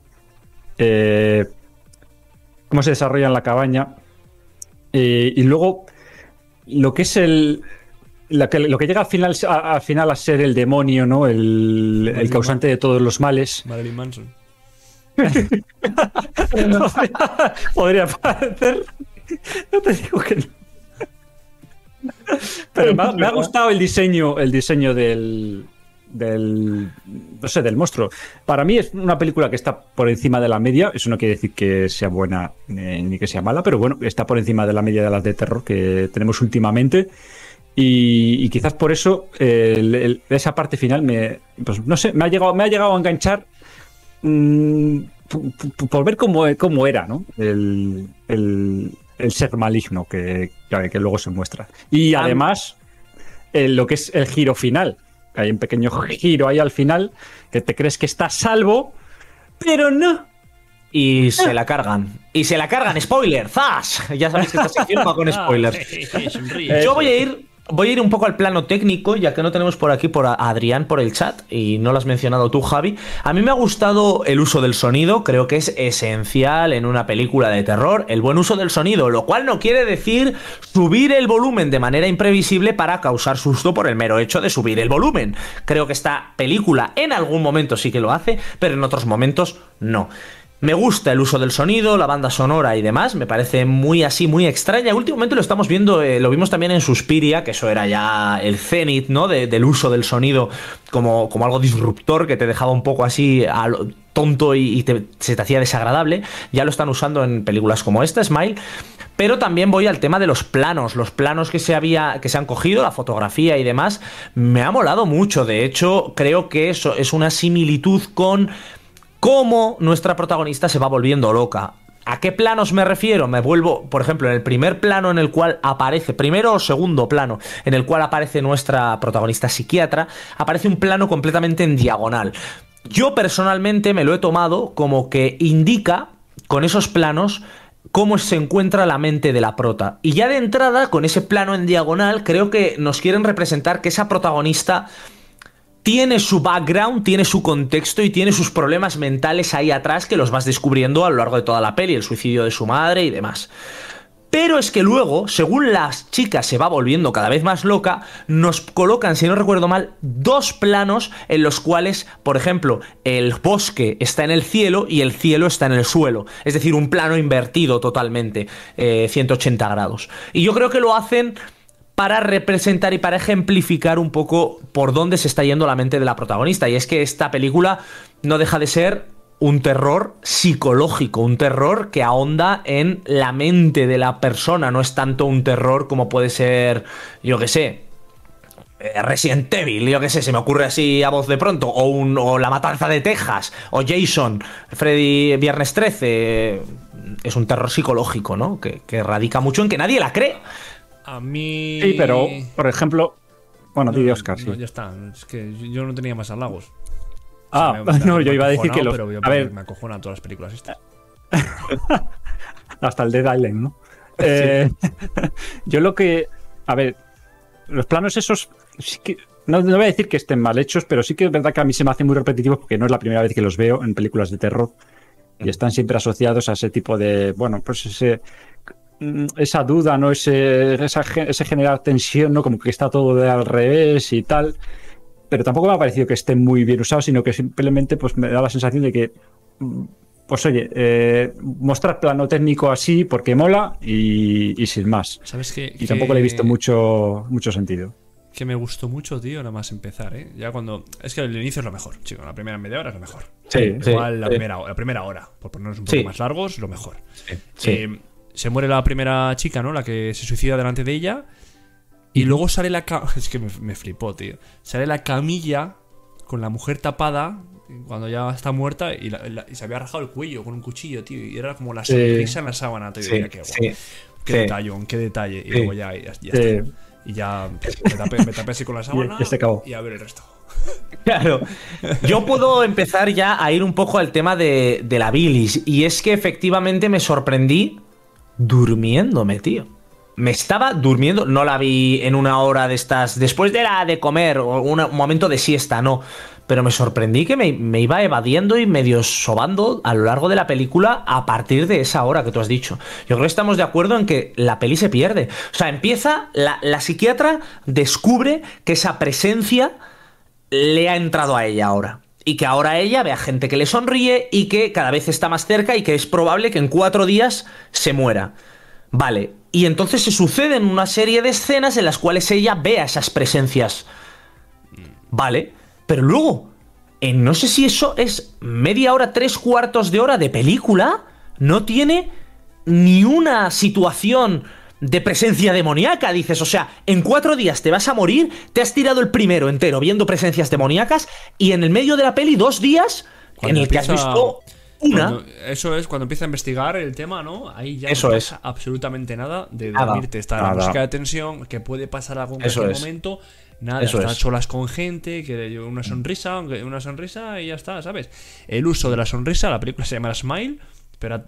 cómo se desarrolla en la cabaña, y luego lo que es lo que llega al final a ser el demonio, ¿no? El causante de todos los males.
Marilyn Manson.
Podría parecer. No te digo que no. Pero me ha gustado el diseño no sé, del monstruo. Para mí es una película que está por encima de la media. Eso no quiere decir que sea buena ni que sea mala, pero bueno, está por encima de la media de las de terror que tenemos últimamente. Y quizás por eso esa parte final pues, no sé, me ha llegado a enganchar por ver cómo era, ¿no? El ser maligno que luego se muestra. Y además, lo que es el giro final. Hay un pequeño giro ahí al final que te crees que estás salvo, pero no.
Y se la cargan. Y se la cargan. ¡Spoiler! ¡Zas! Ya sabéis que esta sección va con spoilers. Yo voy a ir un poco al plano técnico, ya que no tenemos por aquí a Adrián por el chat y no lo has mencionado tú, Javi. A mí me ha gustado el uso del sonido, creo que es esencial en una película de terror, el buen uso del sonido, lo cual no quiere decir subir el volumen de manera imprevisible para causar susto por el mero hecho de subir el volumen. Creo que esta película en algún momento sí que lo hace, pero en otros momentos no. Me gusta el uso del sonido, la banda sonora y demás, me parece muy extraña. Últimamente lo estamos viendo, lo vimos también en Suspiria, que eso era ya el cenit, ¿no? Del uso del sonido como algo disruptor que te dejaba un poco así tonto y se te hacía desagradable. Ya lo están usando en películas como esta, Smile. Pero también voy al tema de los planos que se han cogido, la fotografía y demás. Me ha molado mucho, de hecho, creo que eso es una similitud con cómo nuestra protagonista se va volviendo loca. ¿A qué planos me refiero? Me vuelvo, por ejemplo, en el primer plano en el cual aparece, primero o segundo plano, en el cual aparece nuestra protagonista psiquiatra, aparece un plano completamente en diagonal. Yo personalmente me lo he tomado como que indica, con esos planos, cómo se encuentra la mente de la prota. Y ya de entrada, con ese plano en diagonal, creo que nos quieren representar que esa protagonista tiene su background, tiene su contexto y tiene sus problemas mentales ahí atrás que los vas descubriendo a lo largo de toda la peli, el suicidio de su madre y demás. Pero es que luego, según la chica se va volviendo cada vez más loca, nos colocan, si no recuerdo mal, 2 planos en los cuales, por ejemplo, el bosque está en el cielo y el cielo está en el suelo. Es decir, un plano invertido totalmente, 180 grados. Y yo creo que lo hacen para representar y para ejemplificar un poco por dónde se está yendo la mente de la protagonista. Y es que esta película no deja de ser un terror psicológico, un terror que ahonda en la mente de la persona. No es tanto un terror como puede ser, yo qué sé, Resident Evil, yo qué sé, se me ocurre así a voz de pronto, o La Matanza de Texas, o Jason, Freddy Viernes 13. Es un terror psicológico, ¿no? Que radica mucho en que nadie la cree.
A mí...
Sí, pero, por ejemplo... Bueno, di Oscar, sí.
No, ya está. Es que yo no tenía más halagos.
No, yo iba a decir que
pero a ver, me acojonan todas las películas estas.
Hasta el Dead Island, ¿no? Yo lo que... A ver, los planos esos... Sí que, no voy a decir que estén mal hechos, pero sí que es verdad que a mí se me hacen muy repetitivos porque no es la primera vez que los veo en películas de terror. Y están siempre asociados a ese tipo de... Bueno, pues esa duda, ¿no? Ese generar tensión, ¿no? Como que está todo de al revés y tal. Pero tampoco me ha parecido que esté muy bien usado, sino que simplemente pues me da la sensación de que, pues oye, mostrar plano técnico así porque mola y sin más.
¿Sabes qué?
Y tampoco le he visto mucho sentido.
Que me gustó mucho, tío, nada más empezar, ¿eh? Ya cuando... Es que el inicio es lo mejor, chico. La primera media hora es lo mejor.
Sí,
igual
sí,
la primera hora, por ponernos un poco más largos, lo mejor.
Sí.
Se muere la primera chica, ¿no? La que se suicida delante de ella. Y luego sale es que me flipó, tío. Sale la camilla con la mujer tapada cuando ya está muerta y se había rajado el cuello con un cuchillo, tío. Y era como la sonrisa en la sábana, tío. Y qué guapo. Qué detallón, qué detalle. Y luego ya está. Y ya me tapé así con la sábana y a ver el resto.
Claro, yo puedo empezar ya a ir un poco al tema de la bilis. Y es que efectivamente me sorprendí durmiéndome, tío. Me estaba durmiendo, no la vi en una hora de estas, después de comer, o un momento de siesta, no. Pero me sorprendí que me iba evadiendo y medio sobando a lo largo de la película a partir de esa hora que tú has dicho. Yo creo que estamos de acuerdo en que la peli se pierde. O sea, empieza, la psiquiatra descubre que esa presencia le ha entrado a ella ahora. Y que ahora ella ve a gente que le sonríe y que cada vez está más cerca y que es probable que en 4 días se muera. Vale, y entonces se suceden una serie de escenas en las cuales ella ve a esas presencias. Vale, pero luego, no sé si eso es media hora, 3/4 de hora de película, no tiene ni una situación de presencia demoníaca, dices. O sea, en 4 días te vas a morir, te has tirado el primero entero viendo presencias demoníacas y en el medio de la peli 2 días en el que has visto una.
Eso es cuando empieza a investigar el tema, ¿no? Ahí ya
Eso
no
es.
pasa absolutamente nada de
Nada.
dormirte. Está la música de tensión, que puede pasar algo en
Eso
cualquier
es.
momento. Nada,
Eso
estás
es.
solas con gente, que una sonrisa y ya está, ¿sabes? El uso de la sonrisa, la película se llama Smile, pero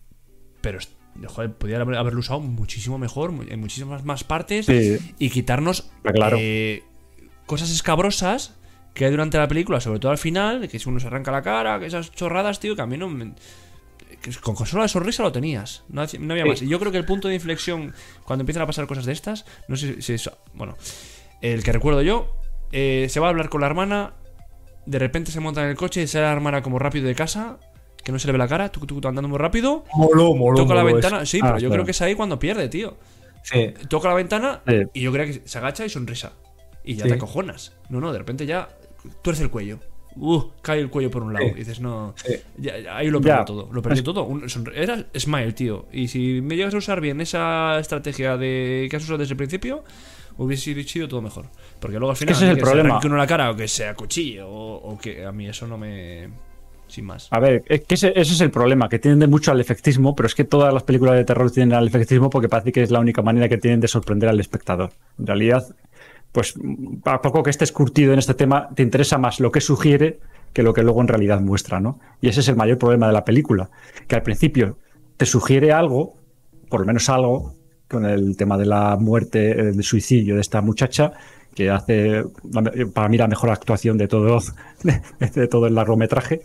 joder, podría haberlo usado muchísimo mejor, en muchísimas más partes,
Sí.
y quitarnos
Claro.
cosas escabrosas que hay durante la película, sobre todo al final, que si uno se arranca la cara, que esas chorradas, tío, que a mí no me... que con solo la sonrisa lo tenías, no había más. Y yo creo que el punto de inflexión cuando empiezan a pasar cosas de estas, no sé si es... Bueno, el que recuerdo yo, se va a hablar con la hermana, de repente se monta en el coche y sale la hermana como rápido de casa, que no se le ve la cara, andando muy rápido, toca la ventana, sí, pero yo creo que es ahí cuando pierde, tío.
Sí.
Toca la ventana
Sí.
y yo creo que se agacha y sonrisa. Y ya
Sí.
te acojonas. No, de repente ya tuerce el cuello. Cae el cuello por un lado.
Sí.
Y dices, no.
Sí.
Ahí lo perdió
Ya.
todo. Lo perdió todo. Era Smile, tío. Y si me llegas a usar bien esa estrategia de que has usado desde el principio, hubiese sido todo mejor. Porque luego al final,
ese es el
que
problema.
se arranque uno la cara o que sea cuchillo o que a mí eso no me. Sin más.
A ver, es que ese es el problema, que tienden mucho al efectismo, pero es que todas las películas de terror tienden al efectismo porque parece que es la única manera que tienen de sorprender al espectador. En realidad, pues a poco que estés curtido en este tema, te interesa más lo que sugiere que lo que luego en realidad muestra, ¿no? Y ese es el mayor problema de la película, que al principio te sugiere algo, por lo menos algo, con el tema de la muerte, del suicidio de esta muchacha, que hace, para mí, la mejor actuación de todo, de todo el largometraje.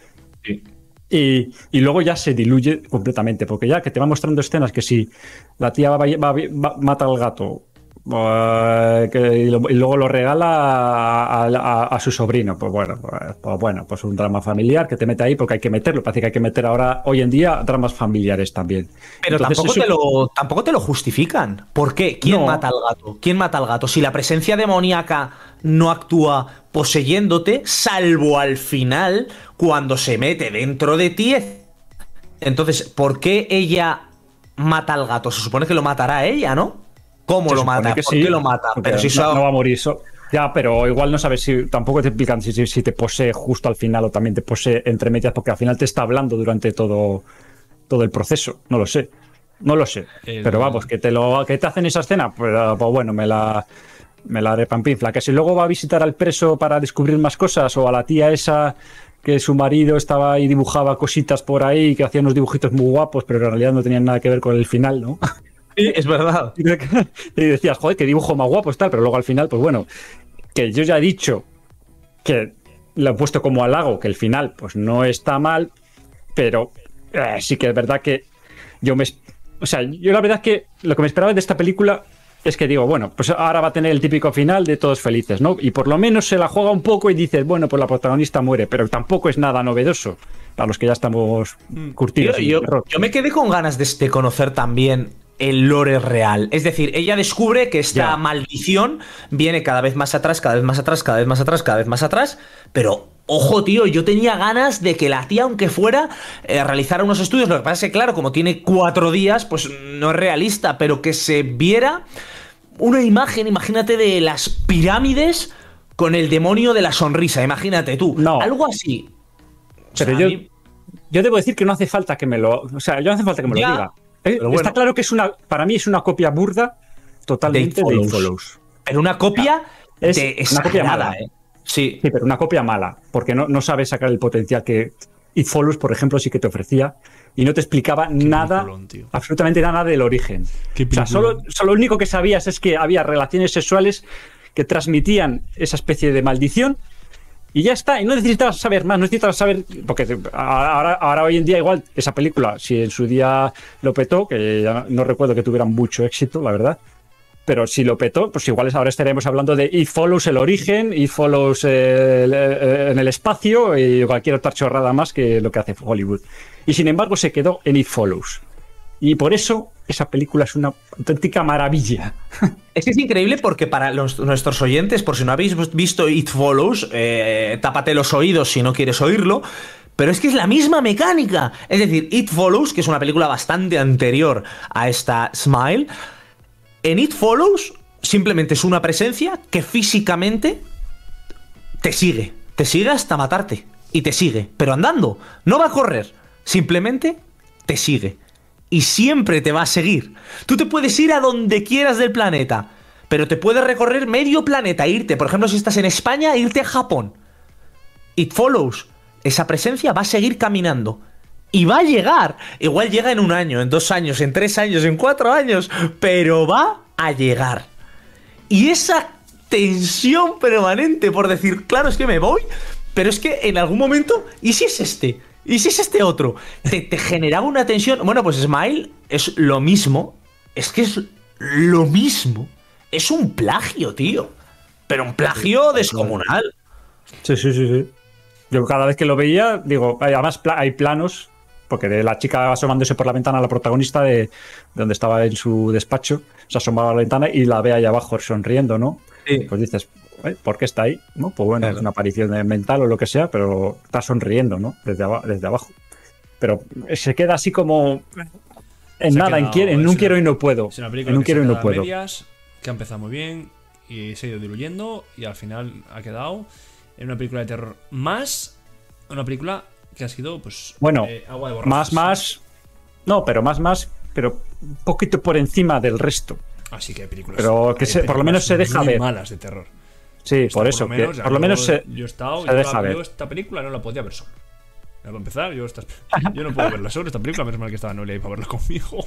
Y luego ya se diluye completamente, porque ya que te va mostrando escenas que si la tía mata al gato y luego lo regala a su sobrino, pues bueno, pues un drama familiar que te mete ahí porque hay que meterlo. Parece que hay que meter ahora, hoy en día, dramas familiares también.
Pero
Entonces,
tampoco te lo justifican. ¿Por qué? ¿Quién
No.
mata al gato? ¿Quién mata al gato? Si la presencia demoníaca no actúa poseyéndote, salvo al final, cuando se mete dentro de ti. Entonces, ¿por qué ella mata al gato? Se supone que lo matará ella, ¿no? ¿Cómo
se
lo
supone
mata?
que
¿Por
sí,
qué lo mata?
porque
Pero si eso...
no va a morir. Ya, pero igual no sabes si tampoco te explican si te posee justo al final o también te posee entre medias, porque al final te está hablando durante todo el proceso. No lo sé. Pero vamos, que te hacen esa escena, pues bueno, me la repampinfla. Que si luego va a visitar al preso para descubrir más cosas, o a la tía esa que su marido estaba ahí, dibujaba cositas por ahí, que hacía unos dibujitos muy guapos, pero en realidad no tenían nada que ver con el final, ¿no?
Sí, es verdad.
Y decías, joder, qué dibujo más guapo está, pero luego al final, pues bueno, que yo ya he dicho que lo he puesto como halago, que el final pues no está mal, pero sí que es verdad que yo la verdad es que lo que me esperaba de esta película es que digo, bueno, pues ahora va a tener el típico final de todos felices, ¿no? Y por lo menos se la juega un poco y dices, bueno, pues la protagonista muere, pero tampoco es nada novedoso para los que ya estamos curtidos.
Yo me quedé con ganas de conocer también el lore real. Es decir, ella descubre que esta maldición viene cada vez más atrás, cada vez más atrás, cada vez más atrás, cada vez más atrás, pero ojo, tío, yo tenía ganas de que la tía, aunque fuera, realizara unos estudios. Lo que pasa es que, claro, como tiene 4 días, pues no es realista, pero que se viera una imagen, imagínate, de las pirámides con el demonio de la sonrisa, imagínate tú.
No.
Algo así.
Pero yo debo decir que no hace falta que me lo... O sea, yo no hace falta que me lo diga.
Pero
Está claro que para mí es una copia burda totalmente de It Follows.
Pero una copia
es una copia mala.
Sí,
pero una copia mala, porque no sabe sacar el potencial que It Follows, por ejemplo, sí que te ofrecía y no te explicaba nada, absolutamente nada del origen. O sea, solo lo único que sabías es que había relaciones sexuales que transmitían esa especie de maldición y ya está, y no necesitabas saber más, no necesitabas saber, porque ahora hoy en día igual esa película, si en su día lo petó, que ya no recuerdo que tuviera mucho éxito, la verdad, pero si lo petó, pues igual ahora estaremos hablando de It Follows el origen, It Follows en el espacio y cualquier otra chorrada más que lo que hace Hollywood. Y sin embargo se quedó en It Follows. Y por eso esa película es una auténtica maravilla.
Es que es increíble porque para nuestros oyentes, por si no habéis visto It Follows, tápate los oídos si no quieres oírlo, pero es que es la misma mecánica. Es decir, It Follows, que es una película bastante anterior a esta Smile, en It Follows simplemente es una presencia que físicamente te sigue hasta matarte, y te sigue, pero andando, no va a correr, simplemente te sigue. Y siempre te va a seguir. Tú te puedes ir a donde quieras del planeta, pero te puedes recorrer medio planeta, irte, por ejemplo, si estás en España, irte a Japón. It Follows. Esa presencia va a seguir caminando. Y va a llegar. Igual llega en 1 año, en 2 años, en 3 años, en 4 años. Pero va a llegar. Y esa tensión permanente por decir, claro, es que me voy, pero es que en algún momento, ¿y si es este? ¿Y si es este otro? Te generaba una tensión. Bueno, pues Smile es lo mismo. Es que es lo mismo. Es un plagio, tío. Pero un plagio descomunal.
Sí. Yo cada vez que lo veía, digo, además hay planos, porque de la chica asomándose por la ventana a la protagonista de donde estaba en su despacho, se asomaba a la ventana y la ve ahí abajo sonriendo, ¿no? Sí. Pues dices, ¿por qué está ahí? ¿No? Pues bueno, claro, es una aparición mental o lo que sea, pero está sonriendo, ¿no? Desde abajo. Pero se queda así como en nada, en un quiero y no puedo.
Es una película
en un quiero y no puedo.
Medias, que ha empezado muy bien y se ha ido diluyendo y al final ha quedado en una película de terror más una película que ha sido, pues,
bueno,
agua de borrajas.
pero un poquito por encima del resto.
Así que hay películas.
Pero que por lo menos se deja ver.
Malas de terror.
Sí, por eso. Por lo menos se deja ver.
Yo esta película no la podía ver solo. Para empezar, yo no puedo verla solo. Esta película, menos mal que estaba Noelia ahí para verla conmigo.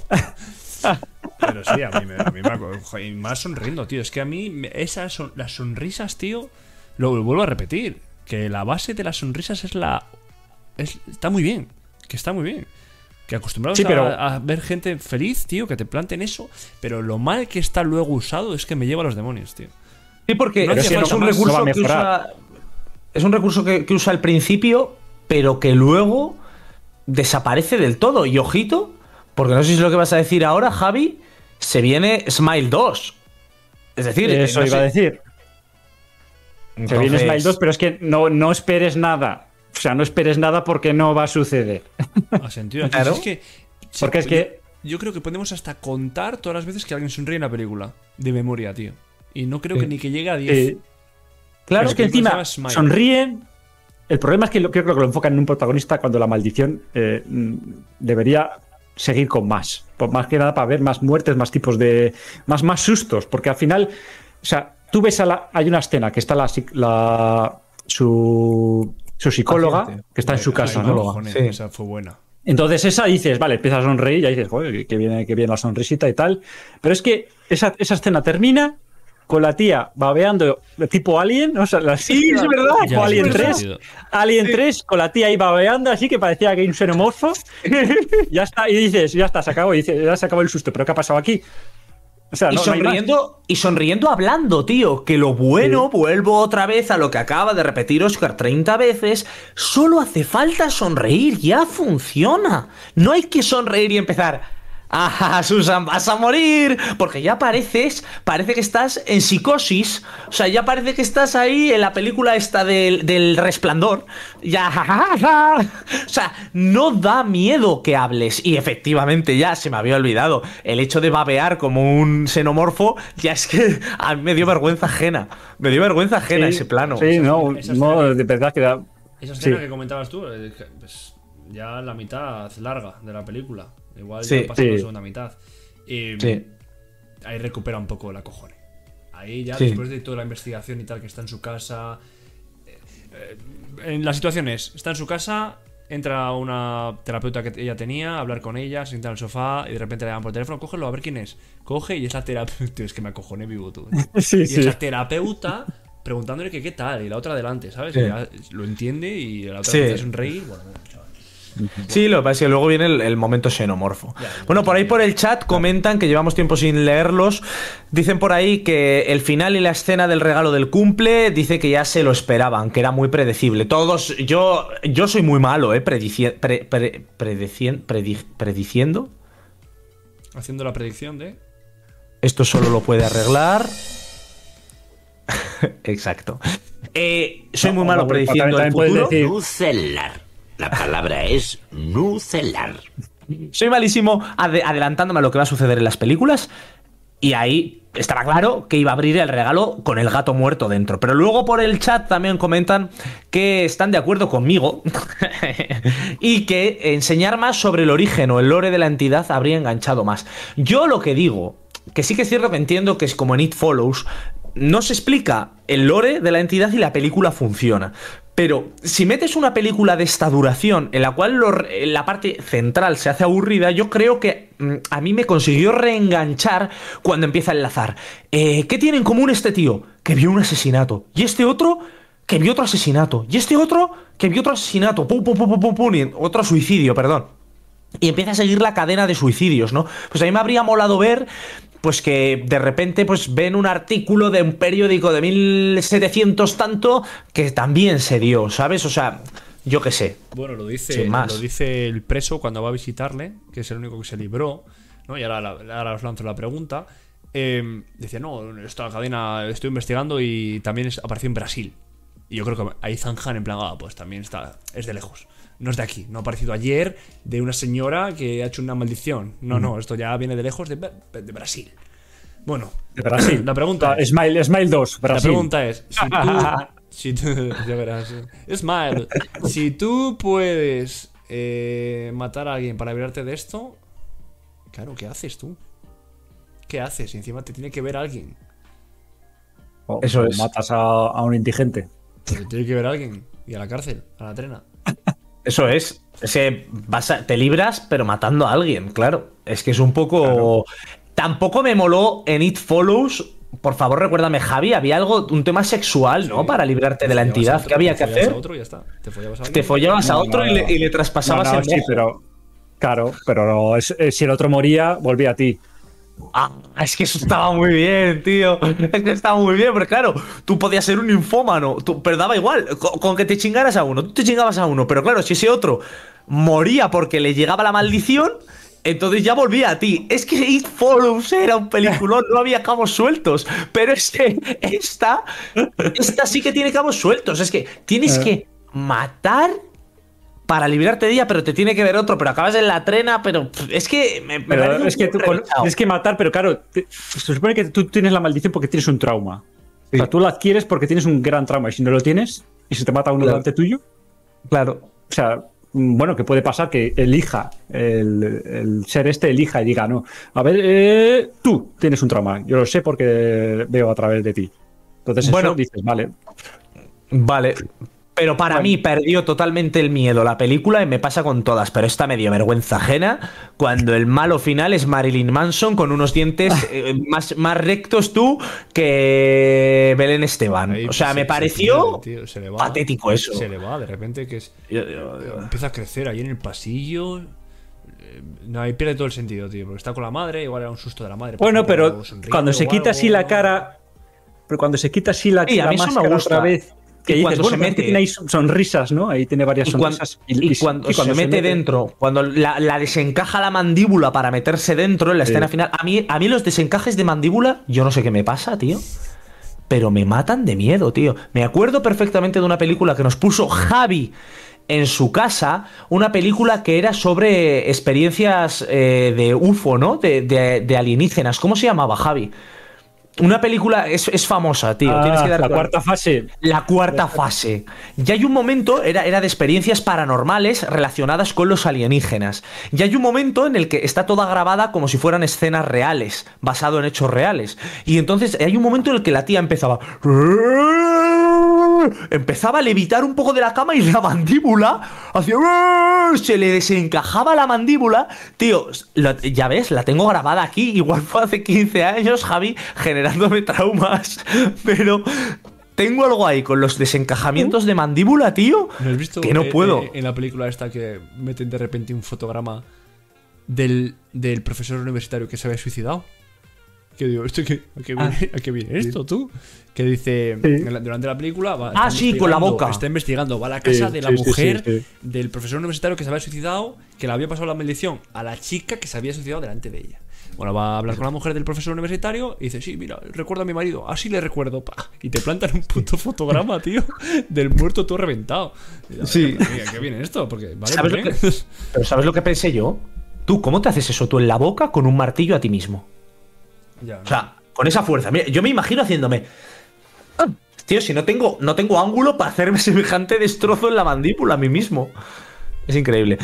Pero sí, a mí me acuerdo. Y más sonriendo, tío. Es que a mí las sonrisas, tío, lo vuelvo a repetir. Que la base de las sonrisas está muy bien. Que está muy bien. Que acostumbrados a ver gente feliz, tío, que te planten eso. Pero lo mal que está luego usado es que me lleva a los demonios, tío.
Sí, porque es un recurso que usa. Es un recurso que usa al principio, pero que luego desaparece del todo. Y ojito, porque no sé si es lo que vas a decir ahora, Javi, se viene Smile 2. Es decir,
eso iba a decir. Entonces, se viene Smile 2, pero es que no esperes nada. O sea, no esperes nada porque no va a suceder.
¿Ha sentido?
Claro.
Es que,
porque es que
yo creo que podemos hasta contar todas las veces que alguien sonríe en la película. De memoria, tío. Y no creo que ni que llegue a 10.
Claro, es que encima sonríen. El problema es que creo que lo enfocan en un protagonista cuando la maldición debería seguir con más. Más que nada para ver más muertes, más tipos de. Más sustos. Porque al final. O sea, tú ves hay una escena que está su psicóloga, que está en su casa, ¿no?
Sí. Esa fue buena.
Entonces esa dices, vale, empiezas a sonreír y ya dices, joder, que viene la sonrisita y tal. Pero es que esa escena termina con la tía babeando tipo Alien, o sea,
sí, es verdad,
tipo Alien 3. Alien 3 con la tía ahí babeando, así que parecía que hay un xenomorfo. Ya está, y dices, ya está, se acabó, y dices, ya se acabó el susto, pero ¿qué ha pasado aquí? O sea,
y sonriendo hablando, tío. Que lo bueno, vuelvo otra vez a lo que acaba de repetir Oscar 30 veces. Solo hace falta sonreír, ya funciona. No hay que sonreír y empezar. ¡Ah, Susan, vas a morir! Porque ya parece que estás en psicosis. O sea, ya parece que estás ahí en la película esta del Resplandor. Ya. O sea, no da miedo que hables. Y efectivamente, ya se me había olvidado. El hecho de babear como un xenomorfo, ya es que a mí me dio vergüenza ajena. Me dio vergüenza ajena ese plano.
Sí, de verdad que da.
Esa escena que comentabas tú, pues ya la mitad larga de la película. Igual ya pasa la segunda mitad. Y ahí recupera un poco la cojones. Ahí ya, después de toda la investigación y tal, que está en su casa. En la situación está en su casa, entra una terapeuta que ella tenía, a hablar con ella, se sienta en el sofá y de repente le llaman por teléfono, cógelo, a ver quién es. Coge y es la terapeuta. Tío, es que me acojoné vivo tú. Y es la terapeuta preguntándole que qué tal, y la otra adelante, ¿sabes? Y ya lo entiende y la otra empieza a sonreír. Bueno, chaval.
Sí, lo que pasa es que luego viene el momento xenomorfo. Bueno, por ahí por el chat comentan, que llevamos tiempo sin leerlos. Dicen por ahí que el final y la escena del regalo del cumple, dice que ya se lo esperaban, que era muy predecible. Todos, yo soy muy malo, prediciendo.
Haciendo la predicción de...
Esto solo lo puede arreglar. Exacto. Soy muy malo prediciendo el futuro.
Nucelar. La palabra es nucelar.
Soy malísimo adelantándome a lo que va a suceder en las películas. Y ahí estaba claro que iba a abrir el regalo con el gato muerto dentro. Pero luego por el chat también comentan que están de acuerdo conmigo y que enseñar más sobre el origen o el lore de la entidad habría enganchado más. Yo lo que digo, que sí que es cierto que entiendo que es como en It Follows, no se explica el lore de la entidad y la película funciona. Pero si metes una película de esta duración en la cual la parte central se hace aburrida, yo creo que a mí me consiguió reenganchar cuando empieza a enlazar. ¿Qué tiene en común este tío? Que vio un asesinato. Y este otro, que vio otro asesinato. Y este otro, que vio otro asesinato. Pum, pum, pum, pum, pum, pum, y otro suicidio, perdón. Y empieza a seguir la cadena de suicidios, ¿no? Pues a mí me habría molado ver... pues que de repente pues ven un artículo de un periódico de 1700 tanto que también se dio, ¿sabes? O sea, yo qué sé.
Bueno, lo dice el preso cuando va a visitarle, que es el único que se libró, ¿no? Y ahora os lanzo la pregunta. Decía, no, esta cadena estoy investigando y también apareció en Brasil. Y yo creo que ahí zanjan en plan, pues también es de lejos. No es de aquí, no ha aparecido ayer de una señora que ha hecho una maldición. No, esto ya viene de lejos de Brasil. Bueno,
de Brasil.
La pregunta es...
Smile 2, Brasil.
La pregunta es, si tú ya verás. Smile, si tú puedes matar a alguien para librarte de esto, claro, ¿qué haces tú? ¿Qué haces? Y encima te tiene que ver alguien.
Eso es. Matas a un indigente.
Pues te tiene que ver alguien. Y a la cárcel, a la trena.
Eso es. Te libras, pero matando a alguien, claro. Es que es un poco... Claro. Tampoco me moló en It Follows. Por favor, recuérdame, Javi, había un tema sexual, ¿no? Para librarte de la entidad. ¿Qué había que hacer?
A otro, ya está.
Te follabas a otro y le traspasabas el
sí, pero... Claro, pero si el otro moría, volvía a ti.
Es que eso estaba muy bien, tío. Es que estaba muy bien, porque claro, tú podías ser un infómano, pero daba igual, con que te chingaras a uno, tú te chingabas a uno, pero claro, si ese otro moría porque le llegaba la maldición, entonces ya volvía a ti. Es que It Follows era un peliculón, no había cabos sueltos, pero es que esta sí que tiene cabos sueltos. Es que tienes que matar para librarte de ella, pero te tiene que ver otro, pero acabas en la trena, pero es que
tienes que matar, pero claro, se supone que tú tienes la maldición porque tienes un trauma. Sí. O sea, tú la adquieres porque tienes un gran trauma, y si no lo tienes y se te mata uno delante tuyo,
claro.
O sea, bueno, que puede pasar que elija el ser elija y diga, no, a ver, tú tienes un trauma, yo lo sé porque veo a través de ti. Entonces eso dices, vale.
Pero para mí perdió totalmente el miedo la película, y me pasa con todas, pero esta me dio vergüenza ajena cuando el malo final es Marilyn Manson con unos dientes más rectos tú que Belén Esteban. O sea, me pareció patético eso.
Se le va, de repente que empieza a crecer ahí en el pasillo. No, ahí pierde todo el sentido, tío, porque está con la madre, igual era un susto de la madre.
Bueno, pero cuando se quita así la cara, la máscara otra vez... Que dices,
cuando se mete,
tiene ahí sonrisas, ¿no? Ahí tiene varias sonrisas.
Y cuando se mete dentro, cuando la desencaja la mandíbula para meterse dentro en la escena final. A mí los desencajes de mandíbula, yo no sé qué me pasa, tío, pero me matan de miedo, tío. Me acuerdo perfectamente de una película que nos puso Javi en su casa, una película que era sobre experiencias de UFO, ¿no? De alienígenas. ¿Cómo se llamaba, Javi? Una película es famosa, tío. Tienes que dar
la cuarta fase.
La cuarta fase. Y hay un momento, era de experiencias paranormales relacionadas con los alienígenas. Y hay un momento en el que está toda grabada como si fueran escenas reales, basado en hechos reales. Y entonces hay un momento en el que la tía empezaba a levitar un poco de la cama y la mandíbula hacía... se le desencajaba la mandíbula. Tío, ya ves, la tengo grabada aquí. Igual fue hace 15 años, Javi, generándome traumas. Pero tengo algo ahí con los desencajamientos de mandíbula, tío,
¿no has visto
que no puedo.
En la película esta que meten de repente un fotograma del profesor universitario que se había suicidado? Que digo, ¿a qué viene esto, tú? Que dice, durante la película...
Sí, con la boca.
Está investigando, va a la casa de la mujer
sí.
del profesor universitario que se había suicidado, que le había pasado la maldición a la chica que se había suicidado delante de ella. Bueno, va a hablar con la mujer del profesor universitario y dice, sí, mira, recuerdo a mi marido, así le recuerdo, pa. Y te plantan un puto fotograma, tío, del muerto todo reventado.
Sí.
Mira, ¿qué viene esto? Porque, vale,
Pero ¿sabes lo que pensé yo? Tú, ¿cómo te haces eso tú en la boca con un martillo a ti mismo?
Ya,
O sea, con esa fuerza. Mira, yo me imagino haciéndome... Tío, si no tengo ángulo para hacerme semejante destrozo en la mandíbula a mí mismo. Es increíble.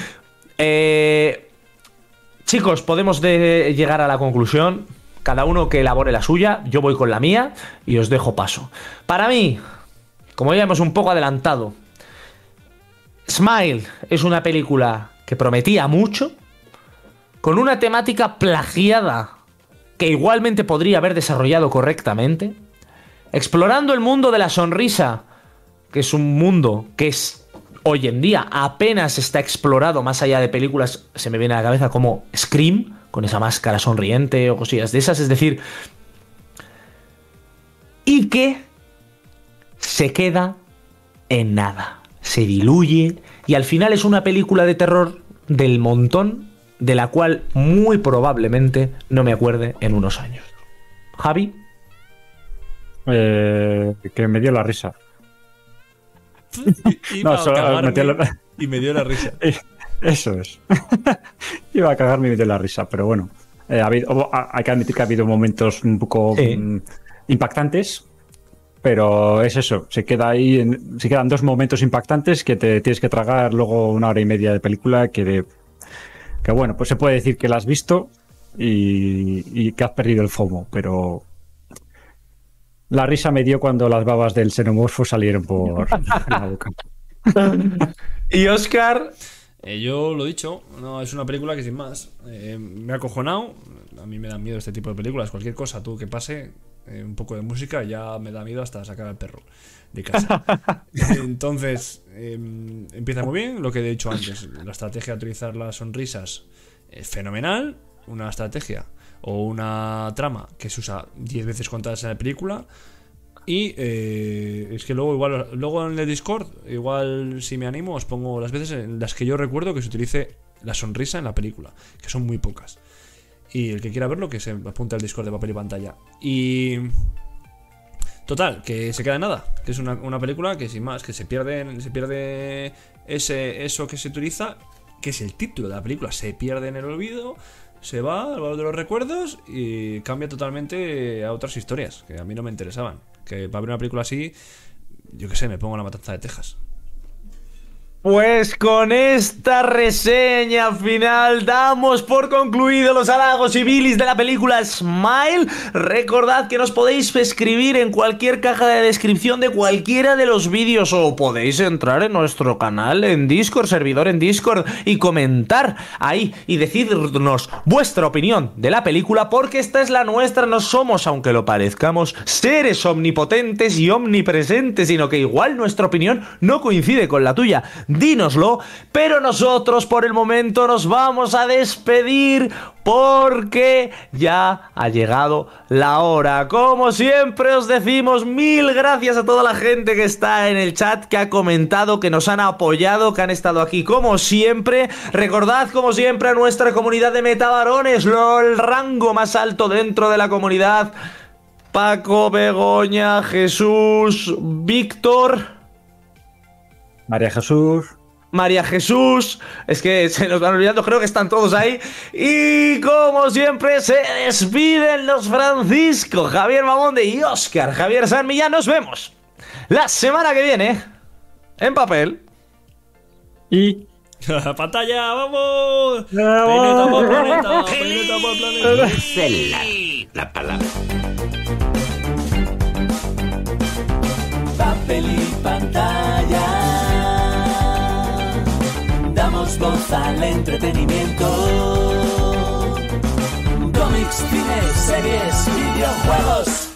Chicos, podemos llegar a la conclusión. Cada uno que elabore la suya. Yo voy con la mía y os dejo paso. Para mí, como ya hemos un poco adelantado, Smile es una película que prometía mucho, con una temática plagiada que igualmente podría haber desarrollado correctamente, explorando el mundo de la sonrisa, que es un mundo que hoy en día apenas está explorado más allá de películas, se me viene a la cabeza como Scream, con esa máscara sonriente o cosillas de esas, es decir, y que se queda en nada, se diluye y al final es una película de terror del montón de la cual muy probablemente no me acuerde en unos años. Javi.
Que me dio la risa.
Iba a cagarme y me dio la risa.
Eso es. Iba a cagarme y me dio la risa, pero bueno. Hay que admitir que ha habido momentos un poco impactantes, pero es eso. Se quedan dos momentos impactantes que te tienes que tragar luego 1 hora y media de película que bueno, pues se puede decir que la has visto y que has perdido el FOMO, pero la risa me dio cuando las babas del xenomorfo salieron por la boca.
Y Óscar.
Yo lo he dicho, no, es una película que sin más me ha acojonado. A mí me dan miedo este tipo de películas. Cualquier cosa tú que pase, un poco de música, ya me da miedo hasta sacar al perro de casa. Entonces, empieza muy bien lo que he dicho antes. La estrategia de utilizar las sonrisas es fenomenal. Una estrategia o una trama que se usa 10 veces contadas en la película. Y es que luego en el Discord, igual si me animo, os pongo las veces en las que yo recuerdo que se utilice la sonrisa en la película, que son muy pocas. Y el que quiera verlo, que se apunte al Discord de Papel y Pantalla. Y total, que se queda en nada. Que es una película que sin más, que se pierde eso que se utiliza, que es el título de la película, se pierde en el olvido. Se va al baúl de los recuerdos y cambia totalmente a otras historias que a mí no me interesaban. Que para ver una película así, yo qué sé, me pongo La Matanza de Texas.
Pues con esta reseña final damos por concluido los halagos y bilis de la película Smile. Recordad que nos podéis escribir en cualquier caja de descripción de cualquiera de los vídeos o podéis entrar en nuestro canal en Discord, servidor en Discord, y comentar ahí y decirnos vuestra opinión de la película, porque esta es la nuestra. No somos, aunque lo parezcamos, seres omnipotentes y omnipresentes, sino que igual nuestra opinión no coincide con la tuya. Dínoslo, pero nosotros por el momento nos vamos a despedir porque ya ha llegado la hora. Como siempre os decimos, mil gracias a toda la gente que está en el chat, que ha comentado, que nos han apoyado, que han estado aquí como siempre. Recordad como siempre a nuestra comunidad de metabarones, el rango más alto dentro de la comunidad: Paco, Begoña, Jesús, Víctor, María Jesús, es que se nos van olvidando, creo que están todos ahí. Y como siempre se despiden los Francisco, Javier Mamonde y Óscar Javier San Millán. Nos vemos la semana que viene en papel
y
pantalla. ¡Vamos! ¡Peineta por planeta! ¡Peineta por planeta!
Cellar, la palabra.
Papel y pantalla. Damos voz al entretenimiento. Cómics, cine, series, videojuegos.